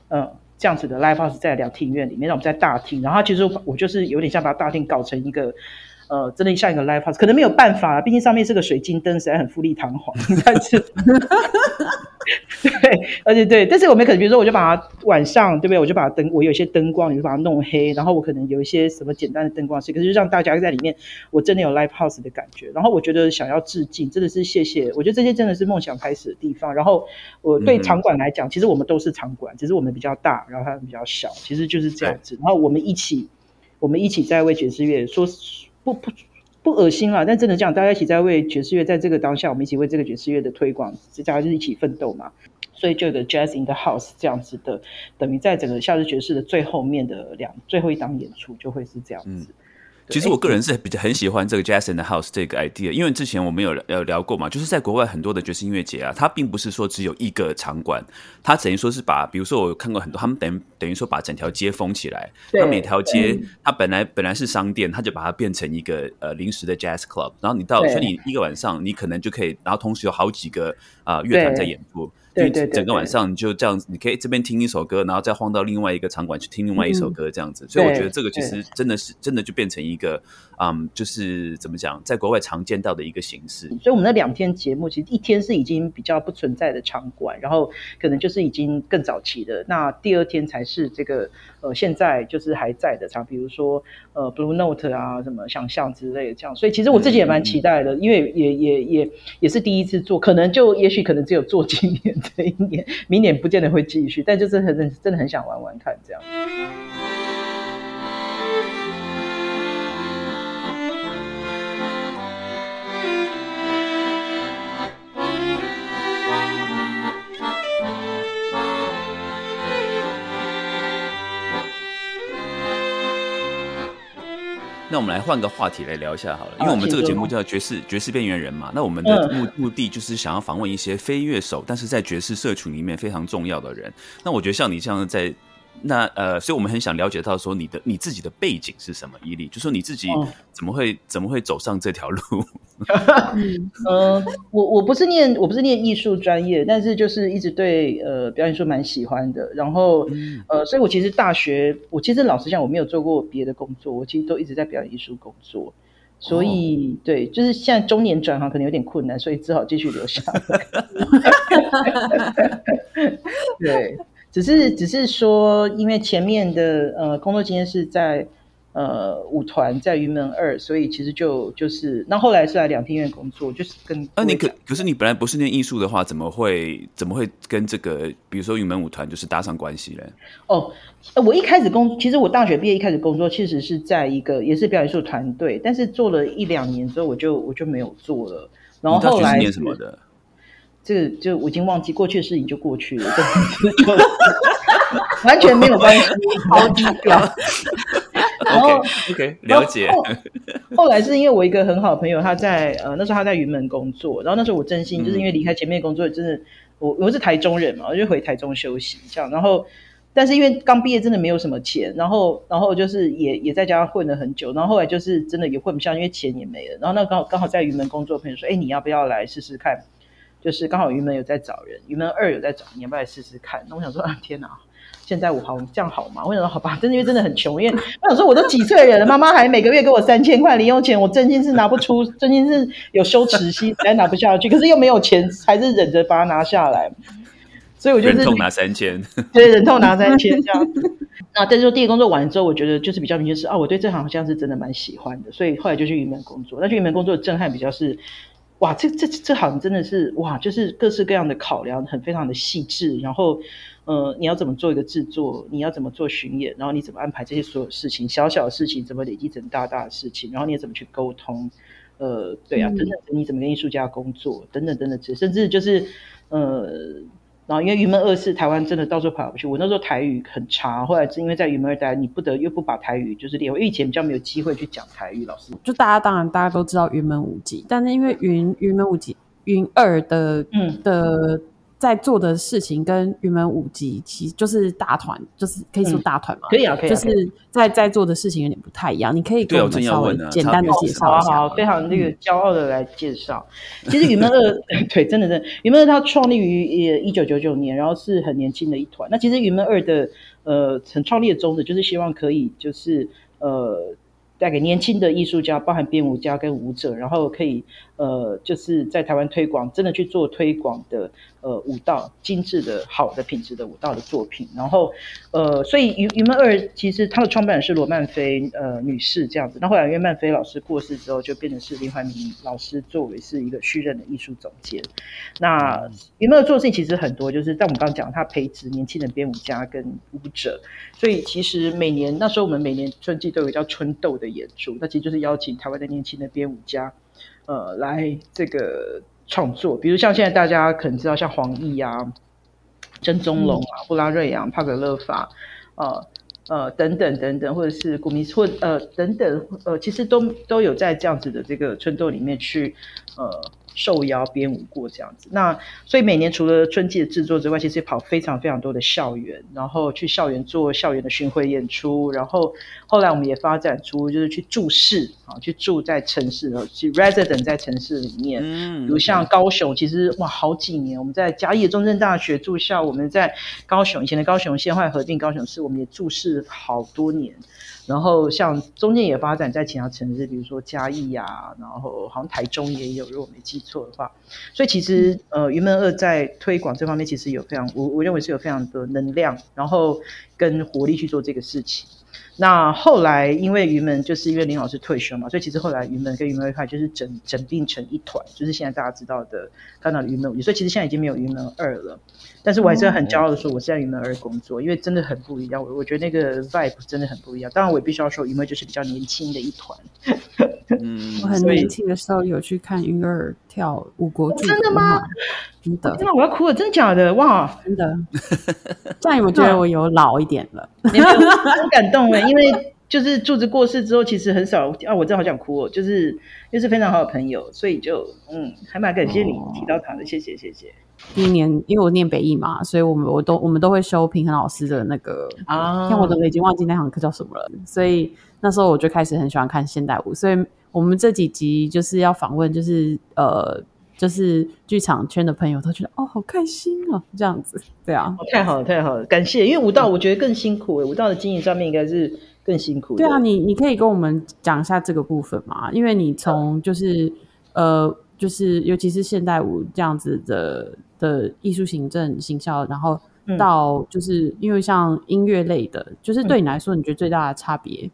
[SPEAKER 4] live house 在两厅院里面，让我们在大厅，然后其实我就是有点像把大厅搞成一个真的像一个 live house， 可能没有办法，毕竟上面是个水晶灯，实在很富丽堂皇，但是对，而且对，但是我们可能比如说我就把它晚上对不对，我就把我有一些灯光，你就把它弄黑，然后我可能有一些什么简单的灯光可是就让大家在里面我真的有 live house 的感觉。然后我觉得想要致敬，真的是谢谢，我觉得这些真的是梦想开始的地方。然后我对场馆来讲，其实我们都是场馆，只是我们比较大，然后他们比较小，其实就是这样子。然后我们一起在为爵士乐说不恶心啦，但真的这样，大家一起在为爵士乐，在这个当下，我们一起为这个爵士乐的推广，大家就是一起奋斗嘛。所以就有个 Jazz in the House 这样子的，等于在整个夏日爵士的最后面的最后一档演出就会是这样子。
[SPEAKER 1] 其实我个人是很喜欢这个 Jazz in the House 这个 idea， 因为之前我们有聊过嘛，就是在国外很多的爵士音乐节啊，它并不是说只有一个场馆，它等于说是比如说我看过很多，他们等于说把整条街封起来，它每条街它本来是商店，它就把它变成一个临时的 Jazz Club， 然后所以你一个晚上你可能就可以，然后同时有好几个乐团在演出。对，整个晚上你就这样子，你可以这边听一首歌，然后再晃到另外一个场馆去听另外一首歌，这样子。所以我觉得这个其实真的就变成一个就是怎么讲，在国外常见到的一个形式。
[SPEAKER 4] 所以我们那2天节目，其实一天是已经比较不存在的场馆，然后可能就是已经更早期的。那第2天才是这个现在就是还在的场，比如说Blue Note 啊，什么想象之类的这样。所以其实我自己也蛮期待的，因为也是第一次做，也许可能只有做今年这一年，明年不见得会继续，但就是真的很想玩玩看这样。
[SPEAKER 1] 那我们来换个话题来聊一下好了，因为我们这个节目叫爵士边缘人嘛，那我们的目的就是想要访问一些非乐手，但是在爵士社群里面非常重要的人。那我觉得像你这样在所以我们很想了解到说你自己的背景是什么，伊利，就说你自己怎么会走上这条路？
[SPEAKER 4] 我不是念艺术专业，但是就是一直对表演术蛮喜欢的。然后所以我其实大学，我其实老实讲我没有做过别的工作，我其实都一直在表演艺术工作。所以对，就是现在中年转行可能有点困难，所以只好继续留下来。对。只是说，因为前面的工作经验是在舞团在云门2，所以其实就是那后来是来两厅院工作，就是跟
[SPEAKER 1] 可是你本来不是念艺术的话，怎么会跟这个比如说云门舞团就是搭上关系呢？
[SPEAKER 4] 我一开始其实我大学毕业一开始工作，其实是在一个也是表演艺术团队，但是做了1-2年之后，我就没有做了。然后后来
[SPEAKER 1] 你大学是念什么的？
[SPEAKER 4] 这个就我已经忘记，过去的事情就过去了，完全没有关系，
[SPEAKER 2] 好低调。
[SPEAKER 1] OK， 了解。
[SPEAKER 4] 后来是因为我一个很好的朋友，他在那时候他在云门工作，然后那时候我真心就是因为离开前面的工作，真的我是台中人嘛，我就回台中休息这样，然后但是因为刚毕业真的没有什么钱，然后就是也在家混了很久，然后后来就是真的也混不下，因为钱也没了，然后那刚好在云门工作的朋友说，你要不要来试试看？就是刚好云门有在找人，云门2有在找，你要不要来试试看？那我想说天哪！现在我这样好吗？我想说好吧，因为真的很穷，因为我想说我都几岁人了，妈妈还每个月给我3000块零用钱，我真心是拿不出，真心是有羞耻心，实在拿不下去，可是又没有钱，还是忍着把它拿下来，所以我就是
[SPEAKER 1] 忍痛拿3000，
[SPEAKER 4] 对，忍痛拿3000这样。那但是说第一个工作完之后，我觉得就是比较明确是我对这行好像是真的蛮喜欢的，所以后来就去云门工作。那去云门工作的震撼比较是。哇，这行真的是哇，就是各式各样的考量，非常的细致。然后，你要怎么做一个制作，你要怎么做巡演，然后你怎么安排这些所有事情，小小的事情怎么累积成大的事情，然后你也怎么去沟通，对啊，等等，你怎么跟艺术家工作，等等等等，甚至就是然后因为云门2是台湾真的到处跑不去，我那时候台语很差，后来是因为在云门2待，你又不把台语就是练，因为以前比较没有机会去讲台语，老师
[SPEAKER 2] 就当然大家都知道云门舞集，但是因为云门舞集云2的在做的事情跟云门舞集其实就是大团，就是可以说大团嘛，
[SPEAKER 4] 可以啊，
[SPEAKER 2] 就是在做的事情有点不太一样。你可以跟我们稍微简单的介绍一下。
[SPEAKER 4] 好，非常那个骄傲的来介绍。其实云门2对，真的云门2它创立于1999年，然后是很年轻的一团。那其实云门2的很创立的宗旨就是希望可以就是带给年轻的艺术家，包含编舞家跟舞者，然后可以就是在台湾推广，真的去做推广的舞蹈，精致的好的品质的舞蹈的作品。然后所以云门2其实它的创办人是罗曼菲女士这样子。那后来因为曼菲老师过世之后，就变成是林怀民老师作为是一个续任的艺术总监。那云门2做的事情其实很多，就是在我们刚刚讲，他培植年轻的编舞家跟舞者，所以其实那时候我们每年春季都有叫春斗的演出，那其实就是邀请台湾的年轻的编舞家来这个创作，比如像现在大家可能知道像黄奕啊、曾宗龙啊、布拉瑞扬、帕格勒法等等，或者是古弥或等等其实都有在这样子的这个春斗里面去受邀编舞过这样子。那所以每年除了春季的制作之外，其实也跑非常非常多的校园，然后去校园做校园的巡回演出，然后后来我们也发展出就是去住市去住在城市，去 resident 在城市里面，比如像高雄，其实哇好几年我们在嘉义的中正大学住校，我们在高雄以前的高雄县后来合并高雄市，我们也住市好多年。然后像中间也发展在其他城市，比如说嘉义啊，然后好像台中也有，如果没记错的话。所以其实云门2在推广这方面其实有我认为是有非常的能量，然后跟活力去做这个事情。那后来因为云门就是因为林老师退休嘛，所以其实后来云门跟云门2就是整并成一团，就是现在大家知道的看到的云门舞集，所以其实现在已经没有云门2了。但是我还是很骄傲的说，我是在云门2工作，因为真的很不一样。我觉得那个 vibe 真的很不一样。当然，我也必须要说，云门就是比较年轻的一团。
[SPEAKER 2] 我很年轻的时候有去看云2跳吴国柱。
[SPEAKER 4] 真的吗？
[SPEAKER 2] 真的。
[SPEAKER 4] 天哪，我要哭了！真的假的？哇，
[SPEAKER 2] 真的。这样有没有觉得我有老一点了？
[SPEAKER 4] 很感动因为就是柱子过世之后，其实很少我真的好想哭就是因为是非常好的朋友，所以就还蛮感谢你提到他的，谢谢。
[SPEAKER 2] 第一年因为我念北艺嘛，所以我们都会修平衡老师的那个像我都已经忘记那堂课叫什么了，所以那时候我就开始很喜欢看现代舞，所以我们这几集就是要访问就是剧场圈的朋友都觉得好开心这样子。对啊，
[SPEAKER 4] 太好了，感谢。因为舞蹈我觉得更辛苦舞蹈的经营上面应该是更辛苦的。
[SPEAKER 2] 对啊，你可以跟我们讲一下这个部分吗？因为你从就是尤其是现代舞这样子的艺术行政行销，然后到就是因为像音乐类的，就是对你来说你觉得最大的差别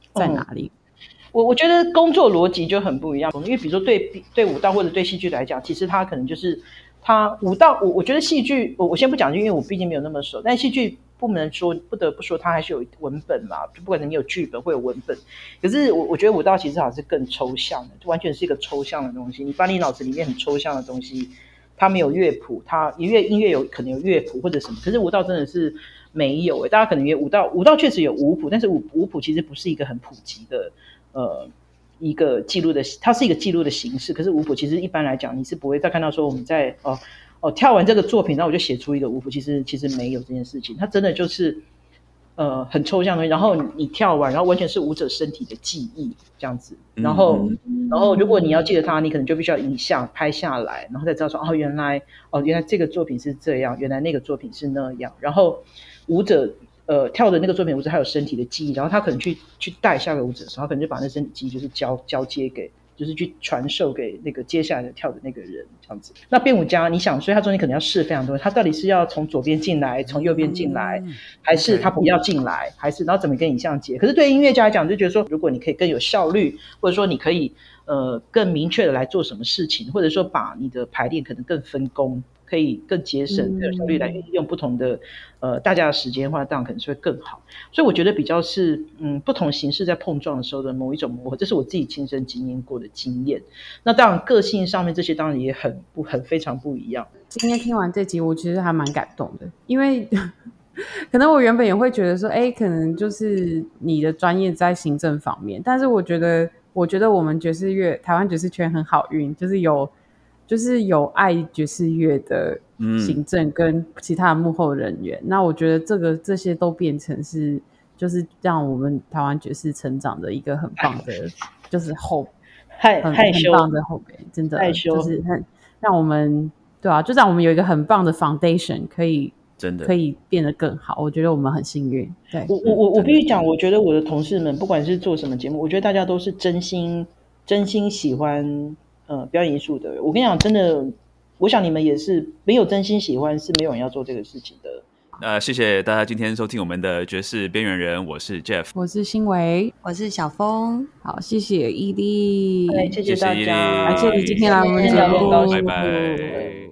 [SPEAKER 2] 在哪里？
[SPEAKER 4] 我觉得工作逻辑就很不一样，因为比如说对舞蹈或者对戏剧来讲，其实它可能就是它舞蹈，我觉得戏剧我先不讲，因为我毕竟没有那么熟，但戏剧不得不说它还是有文本嘛，就不管你有剧本会有文本，可是我觉得舞蹈其实好像是更抽象的，就完全是一个抽象的东西，你把你脑子里面很抽象的东西，它没有乐谱，它音乐有可能有乐谱或者什么，可是舞蹈真的是没有大家可能以为舞蹈确实有舞谱，但是舞谱其实不是一个很普及的一个记录的，它是一个记录的形式。可是舞谱其实一般来讲，你是不会再看到说我们在跳完这个作品，然后我就写出一个舞谱，其实没有这件事情。它真的就是很抽象的东西。然后你跳完，然后完全是舞者身体的记忆这样子。然后如果你要记得它，你可能就必须要影像拍下来，然后再知道说原来这个作品是这样，原来那个作品是那样。然后舞者跳的那个作品舞者还有身体的记忆，然后他可能去带下个舞者的时候，他可能就把那身体记忆就是交接给，就是去传授给那个接下来跳的那个人这样子。那编舞家你想，所以他中间可能要试非常多，他到底是要从左边进来，从右边进来，还是他不要进来，还是然后怎么跟影像接？可是对音乐家来讲，就觉得说，如果你可以更有效率，或者说你可以更明确的来做什么事情，或者说把你的排练可能更分工。可以更节省、更有效率来运用不同的大家的时间的话，当然可能是会更好。所以我觉得比较是不同形式在碰撞的时候的某一种磨合，这是我自己亲身经验过的经验。那当然个性上面这些当然也很非常不一样。
[SPEAKER 2] 今天听完这集，我其实还蛮感动的，因为可能我原本也会觉得说，可能就是你的专业在行政方面，但是我觉得我们爵士乐台湾爵士圈很好运，就是有爱爵士乐的行政跟其他的幕后人员，那我觉得这些都变成是就是让我们台湾爵士成长的一个很棒的，就是很棒的后辈，真的就是让我们对啊，就让我们有一个很棒的 foundation 可以变得更好，我觉得我们很幸运。对，
[SPEAKER 4] 我必须讲，我觉得我的同事们不管是做什么节目，我觉得大家都是真心喜欢表演艺术的。我跟你讲，真的，我想你们也是没有真心喜欢，是没有人要做这个事情的。
[SPEAKER 1] 谢谢大家今天收听我们的爵士边缘人，我是 Jeff，
[SPEAKER 2] 我是新维，
[SPEAKER 3] 我是小峰。
[SPEAKER 2] 好，谢谢伊利，
[SPEAKER 4] 谢谢大家，
[SPEAKER 2] 感谢你今天来我们节目，
[SPEAKER 1] 拜拜。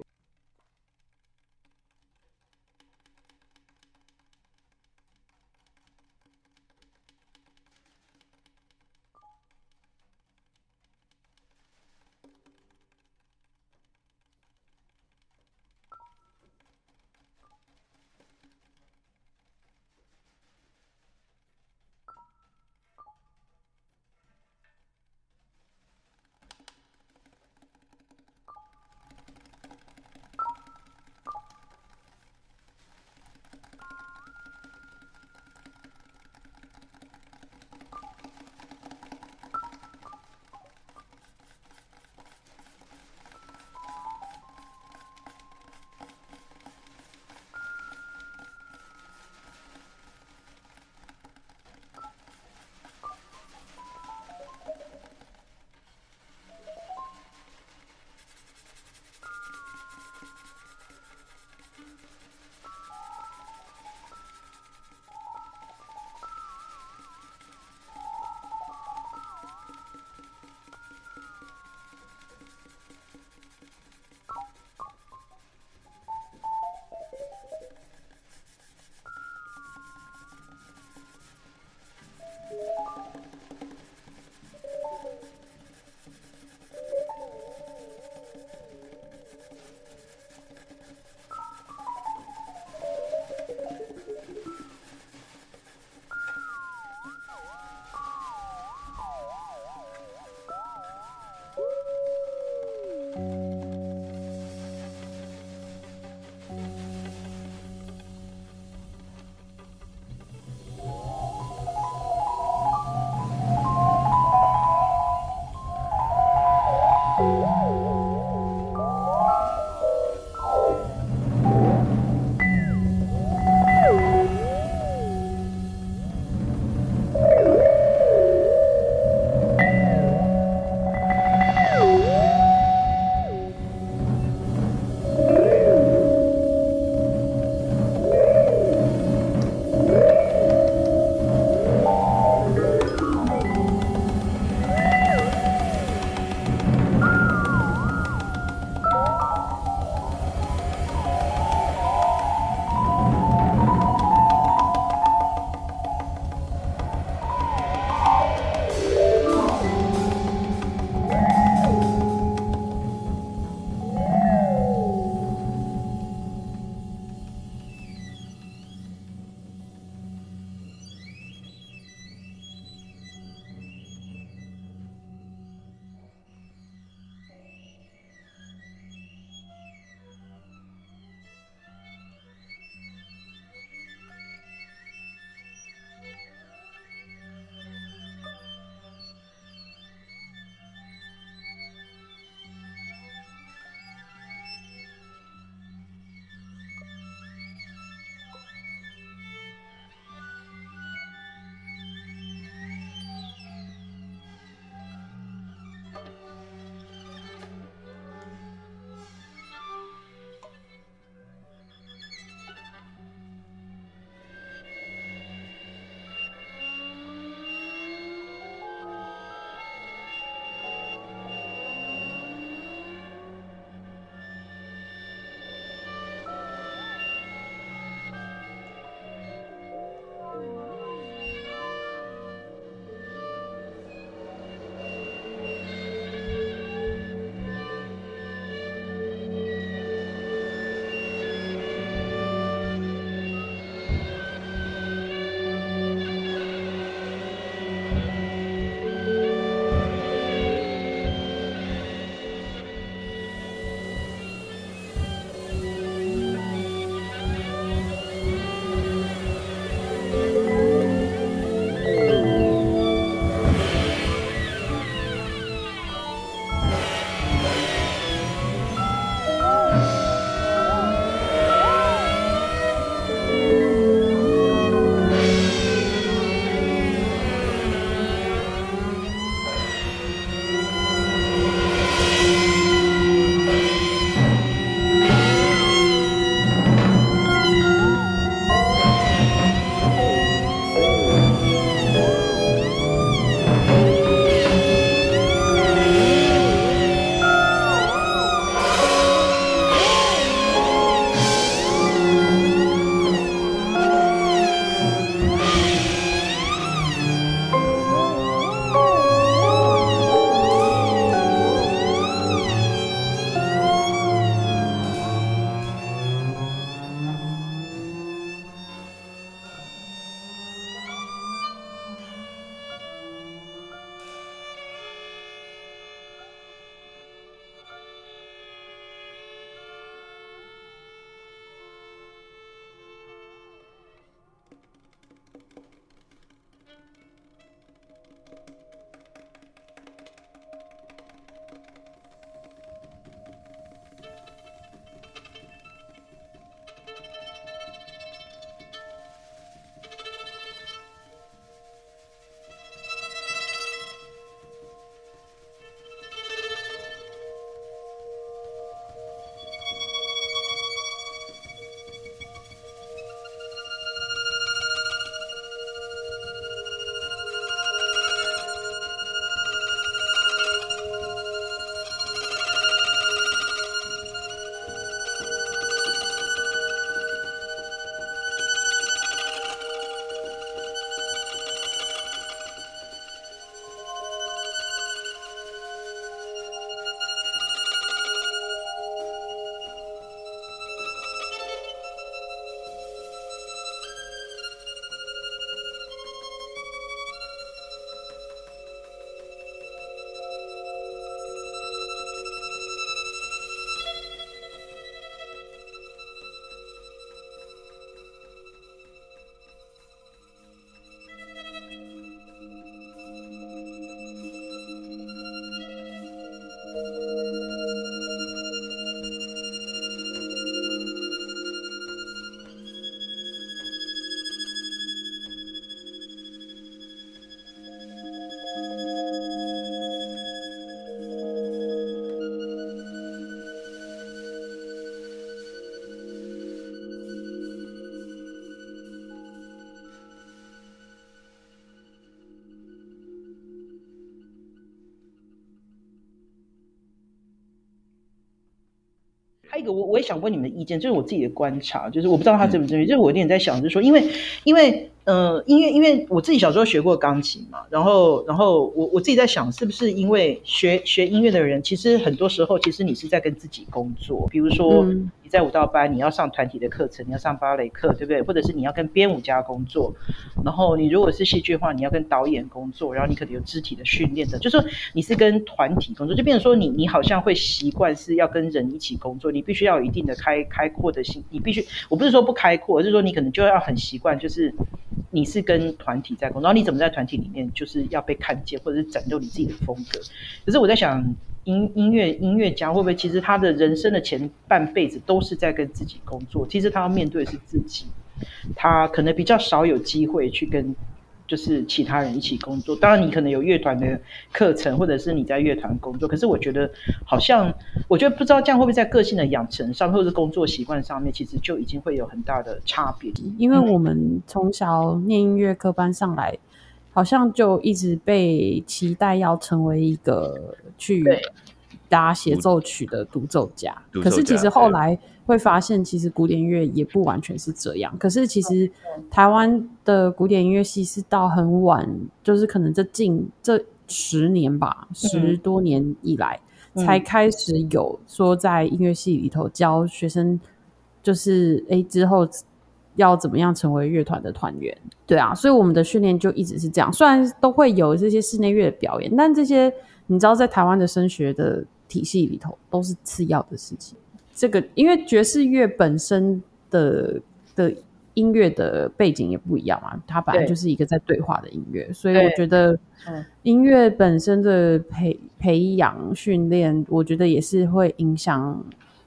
[SPEAKER 4] 还有一个我也想问你们的意见，就是我自己的观察，就是我不知道他正不正确，就是我有点在想，就是说，因为因为我自己小时候学过钢琴嘛，然后我自己在想，是不是因为学音乐的人，其实很多时候其实你是在跟自己工作，比如说你在舞蹈班，你要上团体的课程，你要上芭蕾课，对不对？或者是你要跟编舞家工作，然后你如果是戏剧的话，你要跟导演工作，然后你可能有肢体的训练的，就是说你是跟团体工作，就变成说你好像会习惯是要跟人一起工作，你必须要有一定的开阔的心，你必须，我不是说不开阔，而是说你可能就要很习惯，就是你是跟团体在工作，然后你怎么在团体里面就是要被看见，或者是展露你自己的风格。可是我在想，音乐家会不会其实他的人生的前半辈子都是在跟自己工作？其实他要面对的是自己，他可能比较少有机会去跟就是其他人一起工作。当然你可能有乐团的课程，或者是你在乐团工作，可是我觉得好像，我觉得不知道这样会不会在个性的养成上，或者是工作习惯上面，其实就已经会有很大的差别。
[SPEAKER 2] 因为我们从小念音乐科班上来，好像就一直被期待要成为一个去打协奏曲的独奏家，可是其实后来会发现，其实古典音乐也不完全是这样。可是其实台湾的古典音乐系是到很晚，就是可能这10年吧，10多年以来才开始有说在音乐系里头教学生，就是之后要怎么样成为乐团的团员。对啊，所以我们的训练就一直是这样，虽然都会有这些室内乐的表演，但这些你知道在台湾的升学的体系里头都是次要的事情。这个因为爵士乐本身的音乐的背景也不一样嘛，它本来就是一个在对话的音乐，所以我觉得音乐本身的培养训练，我觉得也是会影响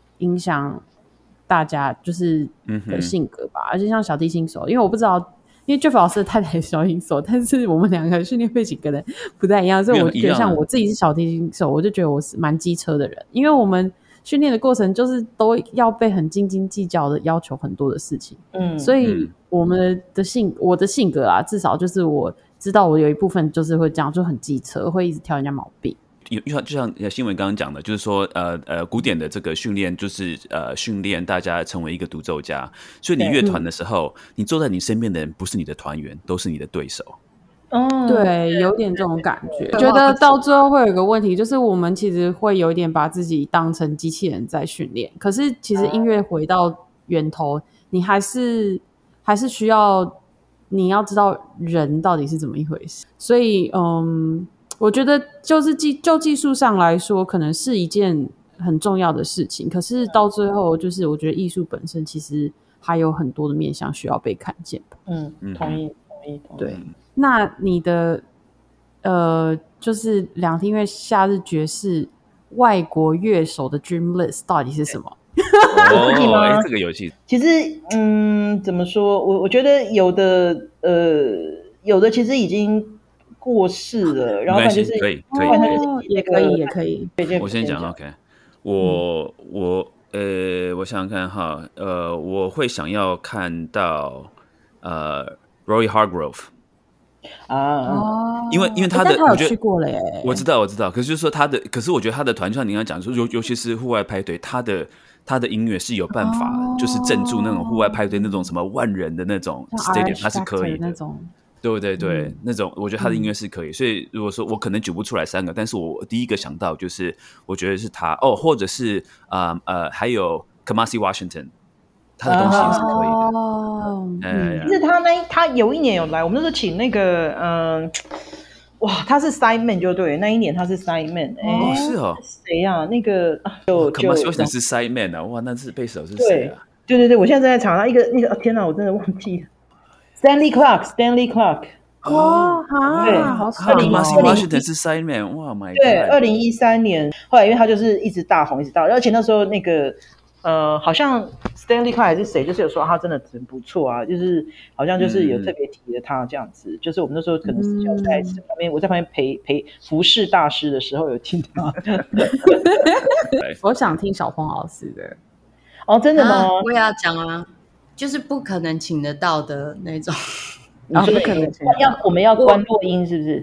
[SPEAKER 2] 大家就是的性格吧。而且像小提琴手，因为我不知道，因为 Jeff 老师的太太是小提琴手，但是我们两个训练背景可能不太一样，所以我觉得像我自己是小提琴手，我就觉得我是蛮机车的人，因为我们训练的过程就是都要被很斤斤计较的要求很多的事情，所以我的性格啊，至少就是我知道我有一部分就是会这样，就很机车，会一直挑人家毛病。
[SPEAKER 1] 就像新闻刚刚讲的，就是说古典的这个训练就是训练大家成为一个独奏家，所以你乐团的时候，你坐在你身边的人不是你的团员，都是你的对手。
[SPEAKER 2] 对，有点这种感觉。觉得到最后会有一个问题，就是我们其实会有一点把自己当成机器人在训练，可是其实音乐回到源头，你还是需要你要知道人到底是怎么一回事。所以我觉得就是就技术上来说，可能是一件很重要的事情，可是到最后就是我觉得艺术本身其实还有很多的面向需要被看见吧。
[SPEAKER 4] 同意。
[SPEAKER 2] 对，那你的就是两厅院夏日爵士外国乐手的 Dream List 到底是什么？
[SPEAKER 1] 这个游戏
[SPEAKER 4] 其实怎么说，我觉得有的其实已经过世了，然后就是
[SPEAKER 2] 也可以。
[SPEAKER 1] 我先讲 OK， 我想想看哈，我会想要看到Roy Hargrove。因为他的，
[SPEAKER 2] 但他有去过了耶。
[SPEAKER 1] 我知道，可是就是说可是我觉得他的团，像你刚刚讲说，尤其是户外派对，他的音乐是有办法，就是镇住那种户外派对那种什么万人的那种 stadium， 他是可以的
[SPEAKER 2] 那种。
[SPEAKER 1] 对，那种我觉得他的音乐是可以，所以如果说我可能举不出来3个，但是我第一个想到就是我觉得是他或者是还有 Kamasi Washington。他的东西也是可以的。
[SPEAKER 4] 就是他有一年有来，我们那时候请那个他是 Sideman 就对，那一年他是 Sideman。
[SPEAKER 1] 是哦，
[SPEAKER 4] 谁呀？那个
[SPEAKER 1] Kamasi Washington 是 Sideman 啊，哇，那是贝手是谁啊？
[SPEAKER 4] 对，我现在正在查他一个那个，天哪，我真的忘记了 Stanley Clark。
[SPEAKER 2] 哇，好爽哦
[SPEAKER 1] ！Kamasi Washington 是 Sideman， 哇 ，My God！
[SPEAKER 4] 对，2013年，后来因为他就是一直大红，而且那时候那个。好像 Stanley Clark 还是谁，就是有说他真的很不错啊，就是好像就是有特别提了他这样子，就是我们那时候可能私下在旁边，我在旁边陪服饰大师的时候有听他。
[SPEAKER 2] 我想听小峰老师的。
[SPEAKER 4] 真的吗？
[SPEAKER 3] 我也要讲啊，就是不可能请得到的那种。
[SPEAKER 4] 不可能我们要关录音是不是？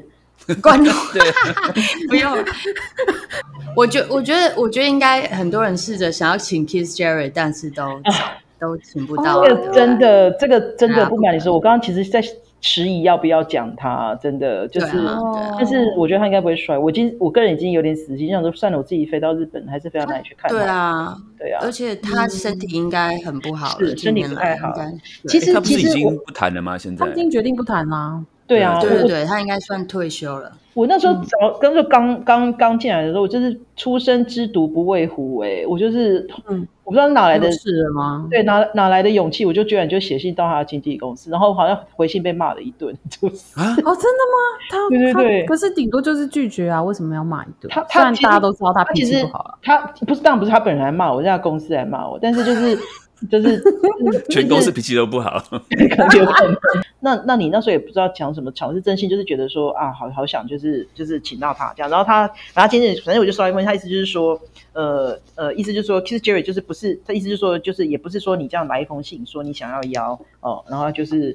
[SPEAKER 3] 观众不用。我觉得应该很多人试着想要请 Keith Jarrett， 但是都请不到。
[SPEAKER 4] 这个真的，这个真的不瞒你说，我刚刚其实在迟疑要不要讲他，真的就是，但是我觉得他应该不会摔。我个人已经有点死心，想说算了，我自己飞到日本，还是飞到哪里去看他。
[SPEAKER 3] 对啊，
[SPEAKER 4] 对啊，
[SPEAKER 3] 而且他身体应该很不好了，
[SPEAKER 4] 身体不太好。
[SPEAKER 1] 其实他不是已经不谈了吗？现在
[SPEAKER 2] 他已经决定不谈啦。
[SPEAKER 4] 对啊，
[SPEAKER 3] 对，他应该算退休了。
[SPEAKER 4] 我那时候刚进来的时候，我就是初生之犊不畏虎我就是我不知道哪来的
[SPEAKER 2] 是吗？
[SPEAKER 4] 对，哪来的勇气，我就居然就写信到他的经纪公司，然后好像回信被骂了一顿，就是
[SPEAKER 2] 真的吗？
[SPEAKER 4] 对，
[SPEAKER 2] 可是顶多就是拒绝啊，为什么要骂一顿？
[SPEAKER 4] 他
[SPEAKER 2] 虽然大家都知道他脾气不好了，
[SPEAKER 4] 他当然不是他本人来骂我，是他公司来骂我，但是就是
[SPEAKER 1] 全公司脾气都不好，
[SPEAKER 4] 那你那时候也不知道讲什么，讲是真心，就是觉得说啊，好想就是请到他这样，然后今天反正我就稍微问他，意思就是说，意思就是说，其实 Jerry 就是不是他意思就是说，就是也不是说你这样来一封信说你想要邀然后就是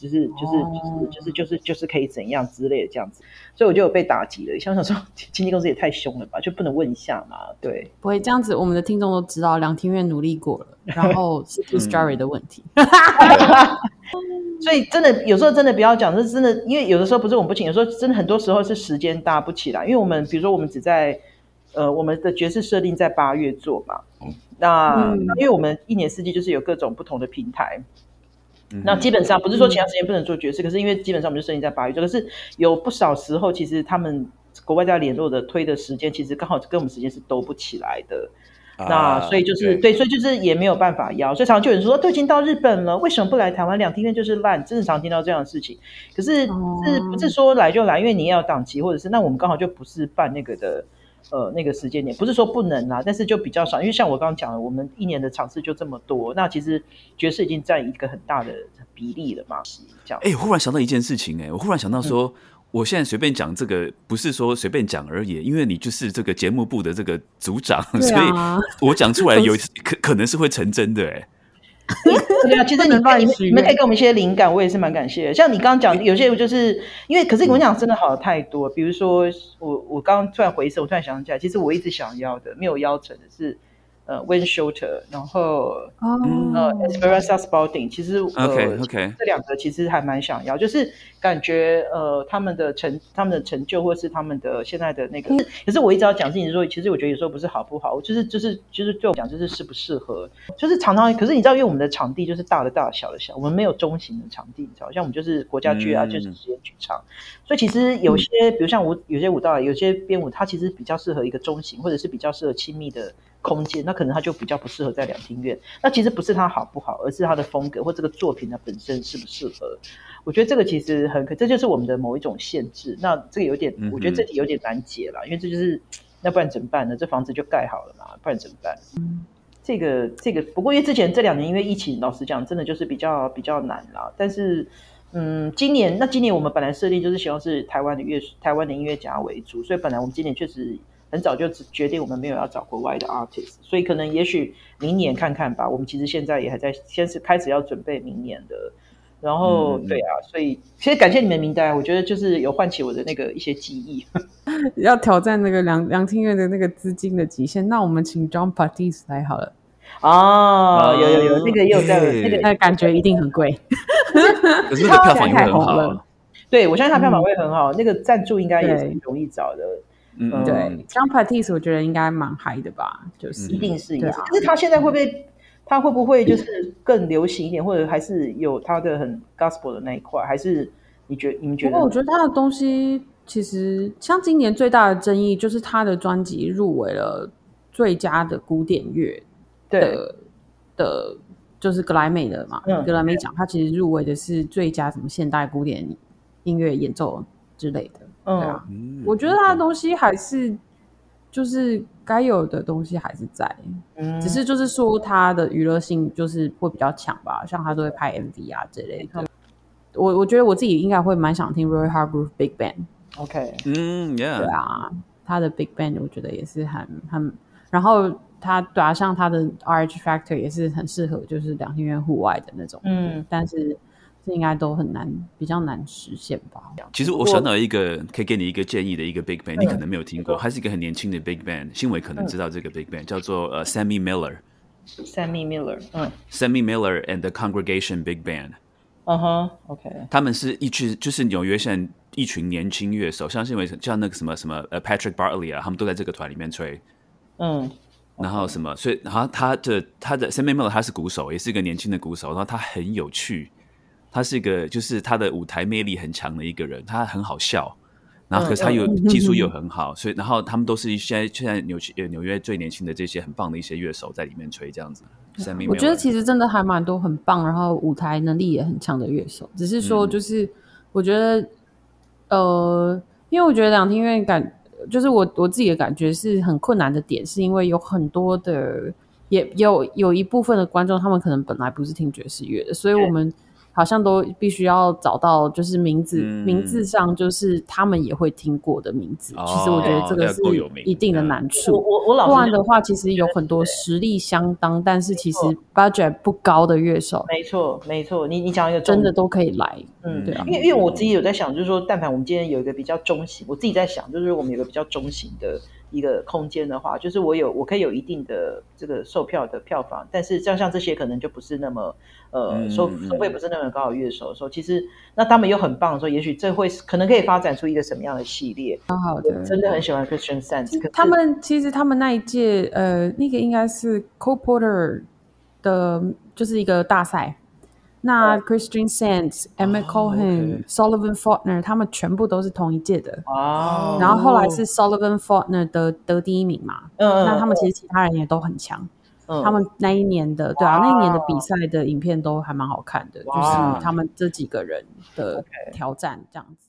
[SPEAKER 4] 可以怎样之类的这样子，所以我就有被打击了。想说经纪公司也太凶了吧，就不能问一下嘛？对，
[SPEAKER 2] 不会这样子，我们的听众都知道梁庭院努力过了，然后是 Keith Jarrett 的问题。
[SPEAKER 4] 所以真的有时候真的不要讲，这真的，因为有的时候不是我们不请，有时候真的很多时候是时间搭不起来，因为我们比如说我们只在我们的爵士设定在8月做嘛，那因为我们一年四季就是有各种不同的平台。那基本上不是说其他时间不能做爵士，可是因为基本上我们就设定在8月做，可是有不少时候其实他们国外在联络的推的时间，其实刚好跟我们时间是兜不起来的。那所以就是对，所以就是也没有办法邀，所以常常就有人说都已经到日本了，为什么不来台湾？两厅院就是烂，真的常听到这样的事情。可是不是说来就来，因为你也要档期，或者是那我们刚好就不是办那个的那个时间点，不是说不能啦，但是就比较少，因为像我刚刚讲的，我们一年的场次就这么多，那其实爵士已经占一个很大的比例了嘛，这样。
[SPEAKER 1] 我忽然想到一件事情，我忽然想到说。我现在随便讲这个，不是说随便讲而已，因为你就是这个节目部的这个组长，所以我讲出来可能是会成真的
[SPEAKER 4] 对啊，其实你们可以给我们一些灵感，我也是蛮感谢的。像你刚刚讲，有些就是因为，可是我跟你讲，真的好的太多。比如说，我刚刚突然回首，我突然想起来，其实我一直想要的，没有邀成的是Wayne Shorter， 然后Esperanza Spalding， 其实
[SPEAKER 1] OK
[SPEAKER 4] 这两个其实还蛮想要，就是感觉他们的成就，或是他们的现在的那个，可是我一直要讲事情说，其实我觉得有时候不是好不好，就是对我讲就是适不适合，就是常常，可是你知道，因为我们的场地就是大的大，小的小，我们没有中型的场地，你知道，像我们就是国家剧啊，就是实验剧场，所以其实有些，比如像有些舞蹈，有些编舞，它其实比较适合一个中型，或者是比较适合亲密的空间，那可能它就比较不适合在两厅院。那其实不是它好不好，而是它的风格或这个作品它本身适不适合。我觉得这个其实这就是我们的某一种限制。那这个有点，我觉得这题有点难解啦，因为这就是那不然怎么办呢？这房子就盖好了嘛，不然怎么办？这个不过因为之前这2年因为疫情，老实讲真的就是比较难啦。但是今年我们本来设定就是希望是台湾的音乐家为主，所以本来我们今年确实很早就决定我们没有要找国外的 artist， 所以可能也许明年看看吧。我们其实现在也还在先是开始要准备明年的，然后对啊，所以其实感谢你们名单，我觉得就是有唤起我的那个一些记忆。
[SPEAKER 2] 要挑战那个两厅院的那个资金的极限，那我们请 Jon Batiste 来好了。
[SPEAKER 4] 有那个也有在那个
[SPEAKER 2] 感觉一定很贵，
[SPEAKER 1] 可是那个票房也会很好。
[SPEAKER 4] 对，我相信他票房会很好，那个赞助应该也是容易找的。
[SPEAKER 2] 对 ，Jon Batiste 我觉得应该蛮嗨的吧，就是
[SPEAKER 4] 一定是。可是他现在会不会就是更流行一点，或者还是有他的很 gospel 的那一块？还是你们觉得？
[SPEAKER 2] 我觉得他的东西其实像今年最大的争议就是他的专辑入围了最佳的古典乐的，就是格莱美的嘛，格莱美奖，他其实入围的是最佳什么现代古典音乐演奏之类的。对啊，我觉得他的东西还是就是该有的东西还是在，只是就是说他的娱乐性就是会比较强吧，像他都会拍 MV 啊之类的。我觉得我自己应该会蛮想听 Roy Hargrove Big Band。OK，
[SPEAKER 1] yeah，
[SPEAKER 2] 对啊，他的 Big Band 我觉得也是很，然后他对啊，像他的 RH Factor 也是很适合就是两厅院户外的那种，但是这应该都比较难实现吧。
[SPEAKER 1] 其实我想到一个可以给你一个建议的一个 big band，你可能没有听过，它是一个很年轻的 big band，新伟可能知道这个 big band，叫做Sammy Miller。Sammy Miller and the Congregation Big Band。
[SPEAKER 4] OK。
[SPEAKER 1] 他们是就是纽约现在一群年轻乐手，像那个什么Patrick Bartley 啊，他们都在这个团里面吹。然后什么，所以然后他的 Sammy Miller 他是鼓手，也是一个年轻的鼓手，然后他很有趣，他是一个就是他的舞台魅力很强的一个人，他很好笑，然后可是他有技术又很好，所以然后他们都是现在纽约最年轻的这些很棒的一些乐手在里面吹这样子。Sammy Miller，
[SPEAKER 2] 我觉得其实真的还蛮多很棒，然后舞台能力也很强的乐手，只是说就是我觉得因为我觉得两厅院就是我自己的感觉是很困难的点，是因为有很多的也有一部分的观众他们可能本来不是听爵士乐的，所以我们好像都必须要找到就是名字上就是他们也会听过的名字。其实我觉得这个是一定的难处。不然的话，其实有很多实力相当，但是其实 budget 不高的乐手，
[SPEAKER 4] 没错，你讲一个
[SPEAKER 2] 真的都可以来。对啊，
[SPEAKER 4] 因为我自己有在想，就是说，但凡我们今天有一个比较中型，我自己在想，就是我们有一个比较中型的一个空间的话，就是我可以有一定的这个售票的票房，但是像这些可能就不是那么收费不是那么高的乐手的时候，其实那他们又很棒的时候，也许这可能可以发展出一个什么样的系列。好的，真的很喜欢 Christian Sands。
[SPEAKER 2] 其实他们那一届那个应该是 Cole Porter 的，就是一个大赛。那 Christian Sands、Emmett Cohen、Sullivan Faulkner 他们全部都是同一届的。然后后来是 Sullivan Faulkner 得第一名嘛。那他们其实其他人也都很强。他们那一年的那一年的比赛的影片都还蛮好看的，就是他们这几个人的挑战这样子。